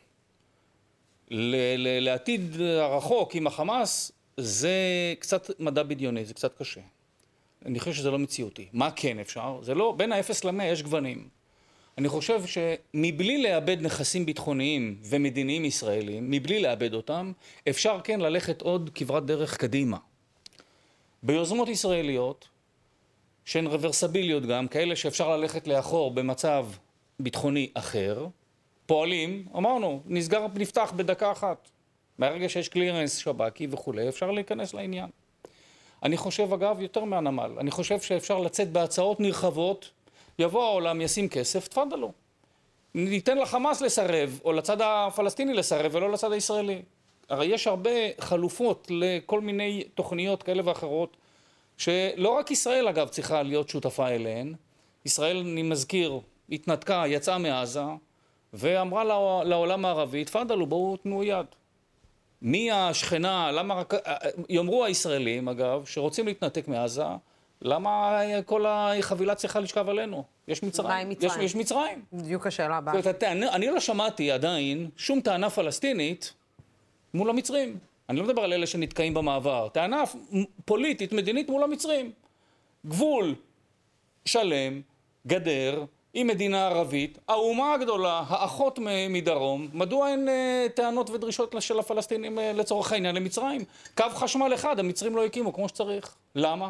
לעתיד הרחוק עם החמאס זה קצת מדע בדיוני, זה קצת קשה. אני חושב שזה לא מציאותי. מה כן אפשר? זה לא, בין האפס למאה יש גוונים. אני חושב שמבלי לאבד נכסים ביטחוניים ומדיניים ישראלים, מבלי לאבד אותם, אפשר כן ללכת עוד כברת דרך קדימה. ביוזמות ישראליות, שהן רוורסביליות גם, כאלה שאפשר ללכת לאחור במצב ביטחוני אחר, פועלים, אמרנו, נסגר, נפתח בדקה אחת. מהרגע שיש קלירנס שב"כי וכו', אפשר להיכנס לעניין. אני חושב, אגב, יותר מהנמל. אני חושב שאפשר לצאת בהצעות נרחבות, יבוא העולם, ישים כסף, תפדלו. ניתן לחמאס לסרב, או לצד הפלסטיני לסרב, ולא לצד הישראלי. הרי יש הרבה חלופות לכל מיני תוכניות כאלה ואחרות, שלא רק ישראל, אגב, צריכה להיות שותפה אליהן. ישראל, אני מזכיר, התנתקה, יצאה מעזה, ואמרה לעולם הערבי, תפדלו, בואו תנו יד. מי השכנה, למה רק... יאמרו הישראלים, אגב, שרוצים להתנתק מעזה, למה כל החבילה צריכה לשכב עלינו? יש מצרים. יש, יש מצרים. בדיוק השאלה הבאה. זאת אומרת, אני, אני לא שמעתי עדיין שום טענה פלסטינית מול המצרים. אני לא מדבר על אלה שנתקעים במעבר. טענה פוליטית, מדינית מול המצרים. גבול שלם, גדר, עם מדינה ערבית, האומה הגדולה, האחות מדרום, מדוע אין טענות ודרישות של הפלסטינים לצורך העניין למצרים? קו חשמל אחד, המצרים לא הקימו כמו שצריך. למה?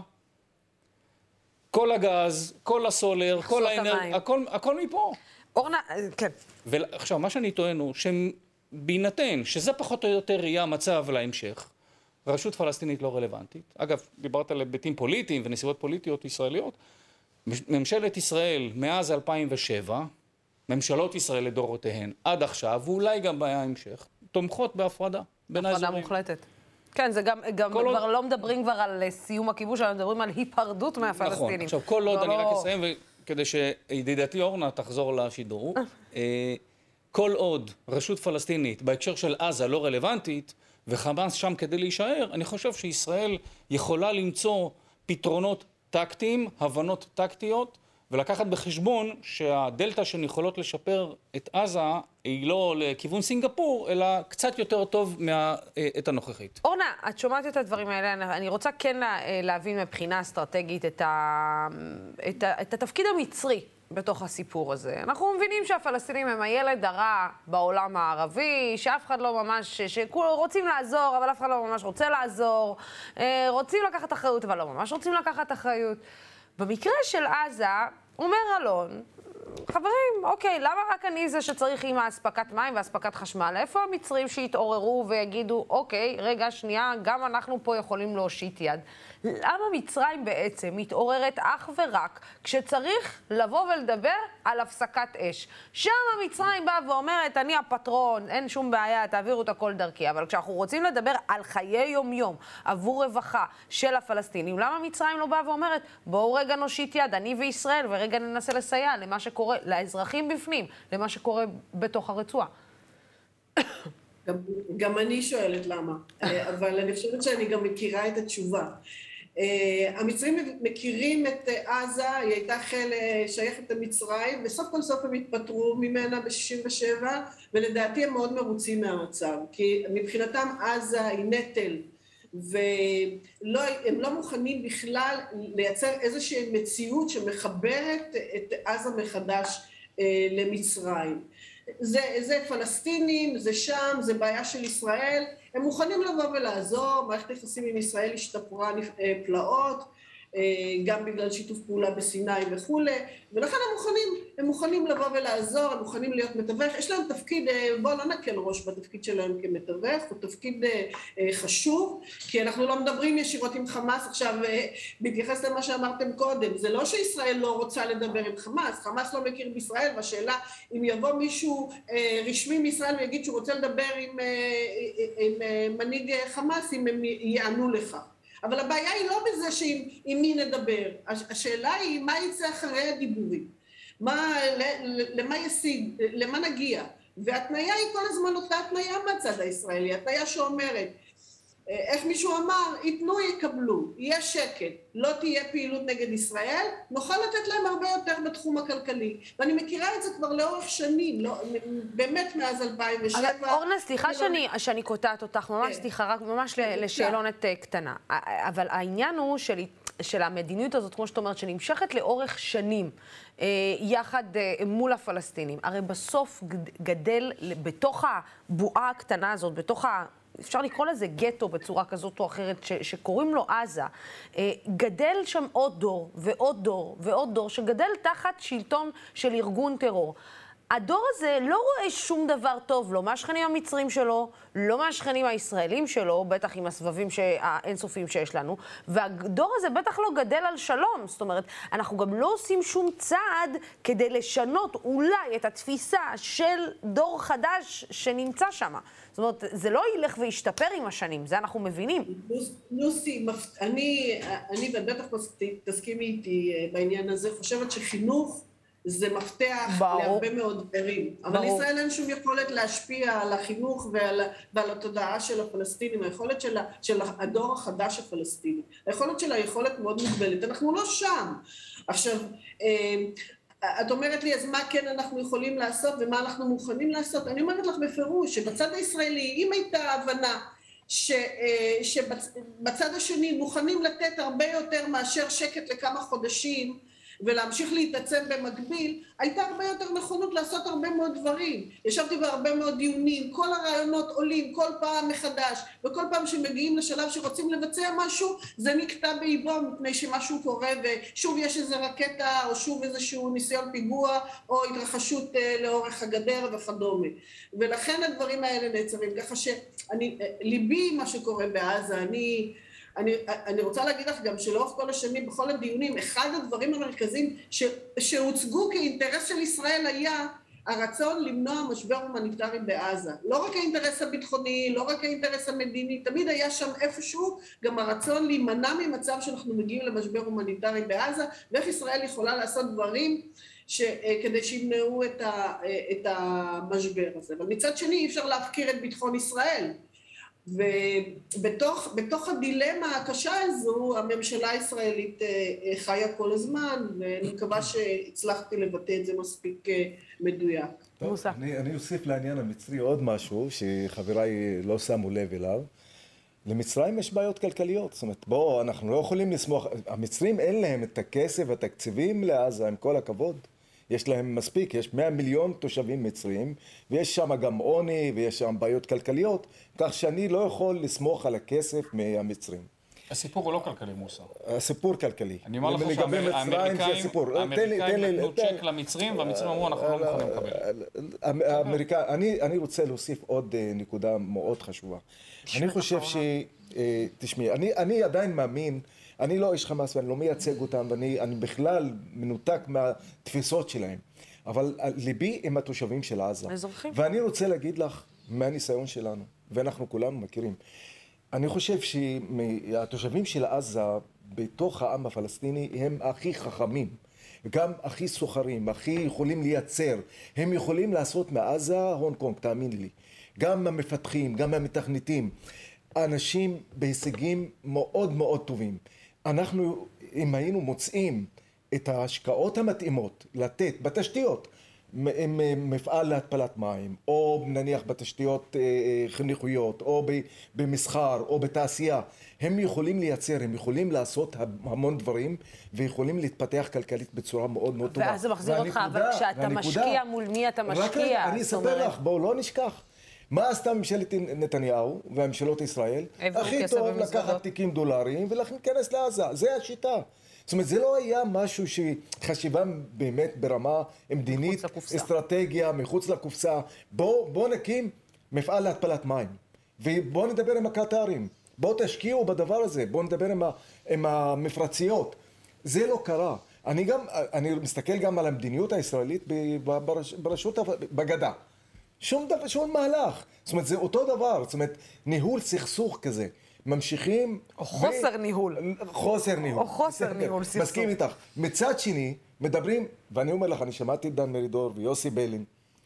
כל הגז, כל הסולר, כל האנרגיה, הכל, הכל מפה. אורנה, כן. ועכשיו, מה שאני טוען הוא שבהינתן שזה פחות או יותר יהיה המצב להמשך, רשות פלסטינית לא רלוונטית. אגב, דיברת על היבטים פוליטיים ונסיבות פוליטיות ישראליות. ממשלת ישראל מאז אלפיים ושבע, ממשלות ישראל לדורותיהן עד עכשיו, ואולי גם בהמשך, תומכות בהפרדה בין האזורים. הפרדה מוחלטת. כן, זה גם, גם כבר עוד... לא מדברים כבר על סיום הכיבוש, אלא מדברים על היפרדות מהפלסטינים. נכון, עכשיו כל עוד, אני לא... רק אסיים, כדי שידידתי אורנה תחזור לשידור, כל עוד רשות פלסטינית בהקשר של עזה לא רלוונטית, וחמאס שם כדי להישאר, אני חושב שישראל יכולה למצוא פתרונות טקטיים, הבנות טקטיות, ולקחת בחשבון שהדלטה שהן יכולות לשפר את עזה היא לא לכיוון סינגפור, אלא קצת יותר טוב מהעת הנוכחית. אורנה, את שומעת את הדברים האלה, אני רוצה כן להבין מבחינה אסטרטגית את, ה... את, ה... את התפקיד המצרי בתוך הסיפור הזה. אנחנו מבינים שהפלסטינים הם הילד הרע בעולם הערבי, שאף אחד לא ממש, שכולם רוצים לעזור, אבל אף אחד לא ממש רוצה לעזור, רוצים לקחת אחריות, אבל לא ממש רוצים לקחת אחריות. במקרה של עזה, אומר אלון, חברים, אוקיי, למה רק אני זה שצריך עם האספקת מים ואספקת חשמל? איפה המצרים שיתעוררו ויגידו, אוקיי, רגע, שנייה, גם אנחנו פה יכולים להושיט יד. למה מצרים בעצם מתעוררת אך ורק כשצריך לבוא ולדבר על הפסקת אש? שם המצרים באה ואומרת, אני הפטרון, אין שום בעיה, תעבירו את הכל דרכי. אבל כשאנחנו רוצים לדבר על חיי יום-יום עבור רווחה של הפלסטינים, למה מצרים לא באה ואומרת, בואו רגע נושיט יד, אני וישראל, ורגע ננסה לסייע למה שקורה, לאזרחים בפנים, למה שקורה בתוך הרצועה? גם, גם אני שואלת למה, אבל אני חושבת שאני גם מכירה את התשובה. המצרים מכירים את עזה, היא הייתה חיל שייכת למצרים, וסוף כל סוף הם התפטרו ממנה ב-שישים ושבע, ולדעתי הם מאוד מרוצים מהמצב, כי מבחינתם עזה היא נטל, והם לא מוכנים בכלל לייצר איזושהי מציאות שמחברת את עזה מחדש למצרים. זה, זה פלסטינים, זה שם, זה בעיה של ישראל, הם מוכנים לבוא ולעזור, מערכת יחסים עם ישראל השתפרה פלאות, גם בגלל שיתוף פעולה בסיני וכולי, ולכן הם מוכנים, הם מוכנים לבוא ולעזור, הם מוכנים להיות מתווך, יש להם תפקיד, בואו לא נקל ראש בתפקיד שלהם כמתווך, הוא תפקיד חשוב, כי אנחנו לא מדברים ישירות עם חמאס, עכשיו בהתייחס למה שאמרתם קודם, זה לא שישראל לא רוצה לדבר עם חמאס, חמאס לא מכיר בישראל, והשאלה אם יבוא מישהו רשמי מישראל ויגיד שהוא רוצה לדבר עם, עם מנהיג חמאס, אם הם יענו לך. אבל הבעיה היא לא בזה שעם מי נדבר, השאלה היא מה יצא אחרי הדיבורים, מה, למה ישיג, למה נגיע, והתניה היא כל הזמן אותה התניה מהצד הישראלי, התניה שאומרת, איך מישהו אמר, יתנו יקבלו, יהיה שקט, לא תהיה פעילות נגד ישראל, נוכל לתת להם הרבה יותר בתחום הכלכלי. ואני מכירה את זה כבר לאורך שנים, לא, באמת מאז אלפיים ושבע. אבל אורנה, סליחה שאני, שאני קוטעת אותך, ממש סליחה, רק ממש לשאלונת קטנה. אבל העניין הוא של, של המדיניות הזאת, כמו שאת אומרת, שנמשכת לאורך שנים, יחד מול הפלסטינים. הרי בסוף גדל בתוך הבועה הקטנה הזאת, בתוך ה... אפשר לקרוא לזה גטו בצורה כזאת או אחרת, ש- שקוראים לו עזה, גדל שם עוד דור ועוד דור ועוד דור, שגדל תחת שלטון של ארגון טרור. הדור הזה לא רואה שום דבר טוב, לא מהשכנים המצרים שלו, לא מהשכנים הישראלים שלו, בטח עם הסבבים האינסופיים שיש לנו, והדור הזה בטח לא גדל על שלום. זאת אומרת, אנחנו גם לא עושים שום צעד כדי לשנות אולי את התפיסה של דור חדש שנמצא שם. זאת אומרת, זה לא ילך וישתפר עם השנים, זה אנחנו מבינים. לוסי, אני, אני ובטח תסכימי איתי בעניין הזה, חושבת שחינוך זה מפתח ברור. להרבה מאוד דברים. אבל ברור. ישראל אין שום יכולת להשפיע על החינוך ועל, ועל התודעה של הפלסטינים, היכולת של, של הדור החדש הפלסטיני. היכולת שלה היא יכולת מאוד מוגבלת. אנחנו לא שם. עכשיו, את אומרת לי, אז מה כן אנחנו יכולים לעשות ומה אנחנו מוכנים לעשות? אני אומרת לך בפירוש שבצד הישראלי, אם הייתה הבנה ש, שבצד השני מוכנים לתת הרבה יותר מאשר שקט לכמה חודשים, ולהמשיך להתעצם במקביל, הייתה הרבה יותר נכונות לעשות הרבה מאוד דברים. ישבתי בהרבה מאוד דיונים, כל הרעיונות עולים כל פעם מחדש, וכל פעם שמגיעים לשלב שרוצים לבצע משהו, זה נקטע באיבו מפני שמשהו קורה, ושוב יש איזו רקטה, או שוב איזשהו ניסיון פיגוע, או התרחשות לאורך הגדר וכדומה. ולכן הדברים האלה נעצרים. ככה שאני, ליבי מה שקורה בעזה, אני... אני, אני רוצה להגיד לך גם שלאורך כל השנים, בכל הדיונים, אחד הדברים המרכזיים ש, שהוצגו כאינטרס של ישראל היה הרצון למנוע משבר הומניטרי בעזה. לא רק האינטרס הביטחוני, לא רק האינטרס המדיני, תמיד היה שם איפשהו גם הרצון להימנע ממצב שאנחנו מגיעים למשבר הומניטרי בעזה, ואיך ישראל יכולה לעשות דברים ש, כדי שימנעו את, ה, את המשבר הזה. אבל מצד שני אי אפשר להפקיר את ביטחון ישראל. ובתוך בתוך הדילמה הקשה הזו, הממשלה הישראלית חיה כל הזמן, ואני מקווה שהצלחתי לבטא את זה מספיק מדויק. טוב, אני, אני אוסיף לעניין המצרי עוד משהו שחבריי לא שמו לב אליו. למצרים יש בעיות כלכליות, זאת אומרת, בואו, אנחנו לא יכולים לסמוך, המצרים אין להם את הכסף והתקציבים לעזה, עם כל הכבוד. יש להם מספיק, יש מאה מיליון תושבים מצרים, ויש שם גם עוני, ויש שם בעיות כלכליות, כך שאני לא יכול לסמוך על הכסף מהמצרים. הסיפור הוא לא כלכלי, מוסר. הסיפור כלכלי. אני אומר לך שהאמריקאים נתנו צ'ק למצרים, והמצרים אמרו, אנחנו לא מוכנים לקבל. אני רוצה להוסיף עוד נקודה מאוד חשובה. אני חושב ש... תשמעי, אני עדיין מאמין, אני לא איש חמאס ואני לא מייצג אותם, ואני בכלל מנותק מהתפיסות שלהם. אבל ליבי עם התושבים של עזה. ואני רוצה להגיד לך מהניסיון שלנו, ואנחנו כולנו מכירים. אני חושב שהתושבים של עזה בתוך העם הפלסטיני הם הכי חכמים, גם הכי סוחרים, הכי יכולים לייצר. הם יכולים לעשות מעזה הונג קונג, תאמין לי. גם המפתחים, גם המתכנתים. אנשים בהישגים מאוד מאוד טובים. אנחנו, אם היינו מוצאים את ההשקעות המתאימות לתת בתשתיות, מפעל להתפלת מים, או נניח בתשתיות חינוכיות, או במסחר, או בתעשייה, הם יכולים לייצר, הם יכולים לעשות המון דברים, ויכולים להתפתח כלכלית בצורה מאוד מאוד טובה. ואז זה מחזיר אותך, אבל כשאתה משקיע, מול מי אתה משקיע? אני אספר לך, בואו לא נשכח. מה עשתה ממשלת נתניהו והממשלות ישראל? הכי טוב לקחת תיקים דולריים ולהיכנס לעזה, זה השיטה. זאת אומרת, זה לא היה משהו שחשיבה באמת ברמה מדינית, אסטרטגיה, מחוץ לקופסה. בוא, בוא נקים מפעל להתפלת מים, ובוא נדבר עם הקטרים. בוא תשקיעו בדבר הזה, בוא נדבר עם, ה, עם המפרציות. זה לא קרה. אני גם, אני מסתכל גם על המדיניות הישראלית ברש, ברשות, בגדה. שום דבר, שום מהלך. זאת אומרת, זה אותו דבר. זאת אומרת, ניהול סכסוך כזה. ממשיכים... או חוסר ו... ניהול. חוסר ניהול. או חוסר ניהול סכסוך. מסכים איתך. מצד שני, מדברים, ואני אומר לך, אני שמעתי את דן מרידור ויוסי בלין,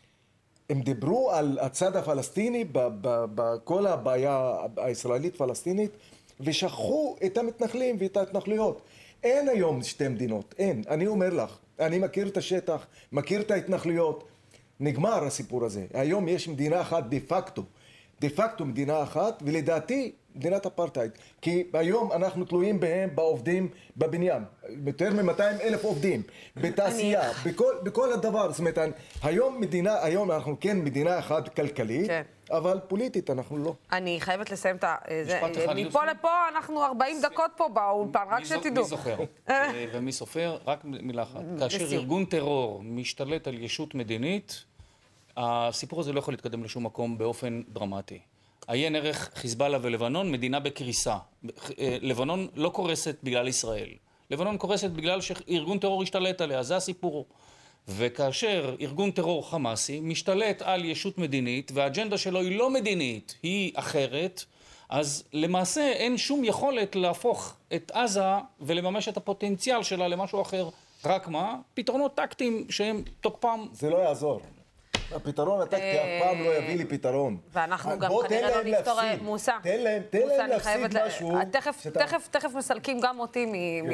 הם דיברו על הצד הפלסטיני בכל הבעיה הישראלית-פלסטינית, ושכחו את המתנחלים ואת ההתנחלויות. אין היום שתי מדינות, אין. אני אומר לך, אני מכיר את השטח, מכיר את ההתנחלויות, נגמר הסיפור הזה. היום יש מדינה אחת דה פקטו. דה פקטו מדינה אחת, ולדעתי מדינת אפרטהייד. כי היום אנחנו תלויים בהם בעובדים בבניין. יותר מ-מאתיים אלף עובדים, בתעשייה, בכל, בכל הדבר. זאת אומרת, היום מדינה, היום אנחנו כן מדינה אחת כלכלית, כן. אבל פוליטית אנחנו לא. אני חייבת לסיים את ה... מפה לפה אנחנו ארבעים דקות פה באולפן, רק שתדעו. מי זוכר? ומי סופר? רק מילה אחת. כאשר ארגון טרור משתלט על ישות מדינית, הסיפור הזה לא יכול להתקדם לשום מקום באופן דרמטי. עיין ערך חיזבאללה ולבנון, מדינה בקריסה. לבנון לא קורסת בגלל ישראל. לבנון קורסת בגלל שארגון טרור השתלט עליה, זה הסיפור. וכאשר ארגון טרור חמאסי משתלט על ישות מדינית, והאג'נדה שלו היא לא מדינית, היא אחרת, אז למעשה אין שום יכולת להפוך את עזה ולממש את הפוטנציאל שלה למשהו אחר. רק מה? פתרונות טקטיים שהם תוקפם. זה לא יעזור. הפתרון הטקטי אף פעם לא יביא לי פתרון. ואנחנו גם כנראה לא נפתור... מוסא, תן להם, תן להם להפסיד משהו. תכף מסלקים גם אותי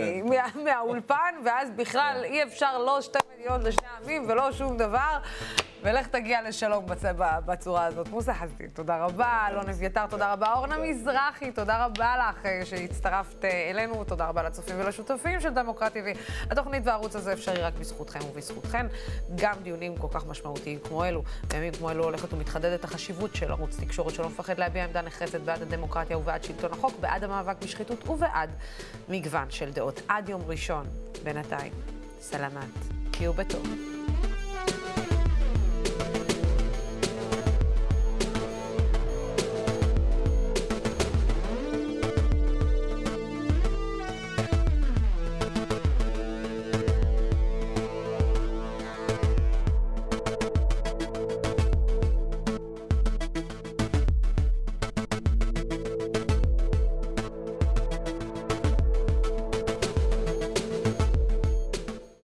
מהאולפן, ואז בכלל אי אפשר לא שתי מדינות לשני עמים ולא שום דבר, ולך תגיע לשלום בצורה הזאת. מוסא חסדין, תודה רבה. אלון אביתר, תודה רבה. אורנה מזרחי, תודה רבה לך שהצטרפת אלינו. תודה רבה לצופים ולשותפים של דמוקרט טי וי. התוכנית והערוץ הזה אפשרי רק בזכותכם ובזכותכן. גם דיונים כל כך משמעותיים כמו אלו. בימים כמו אלו הולכת ומתחדדת החשיבות של ערוץ תקשורת שלא מפחד להביע עמדה נחרצת בעד הדמוקרטיה ובעד שלטון החוק, בעד המאבק בשחיתות ובעד מגוון של דעות. עד יום ראשון, בינתיים. סלמת. תהיו בטוב.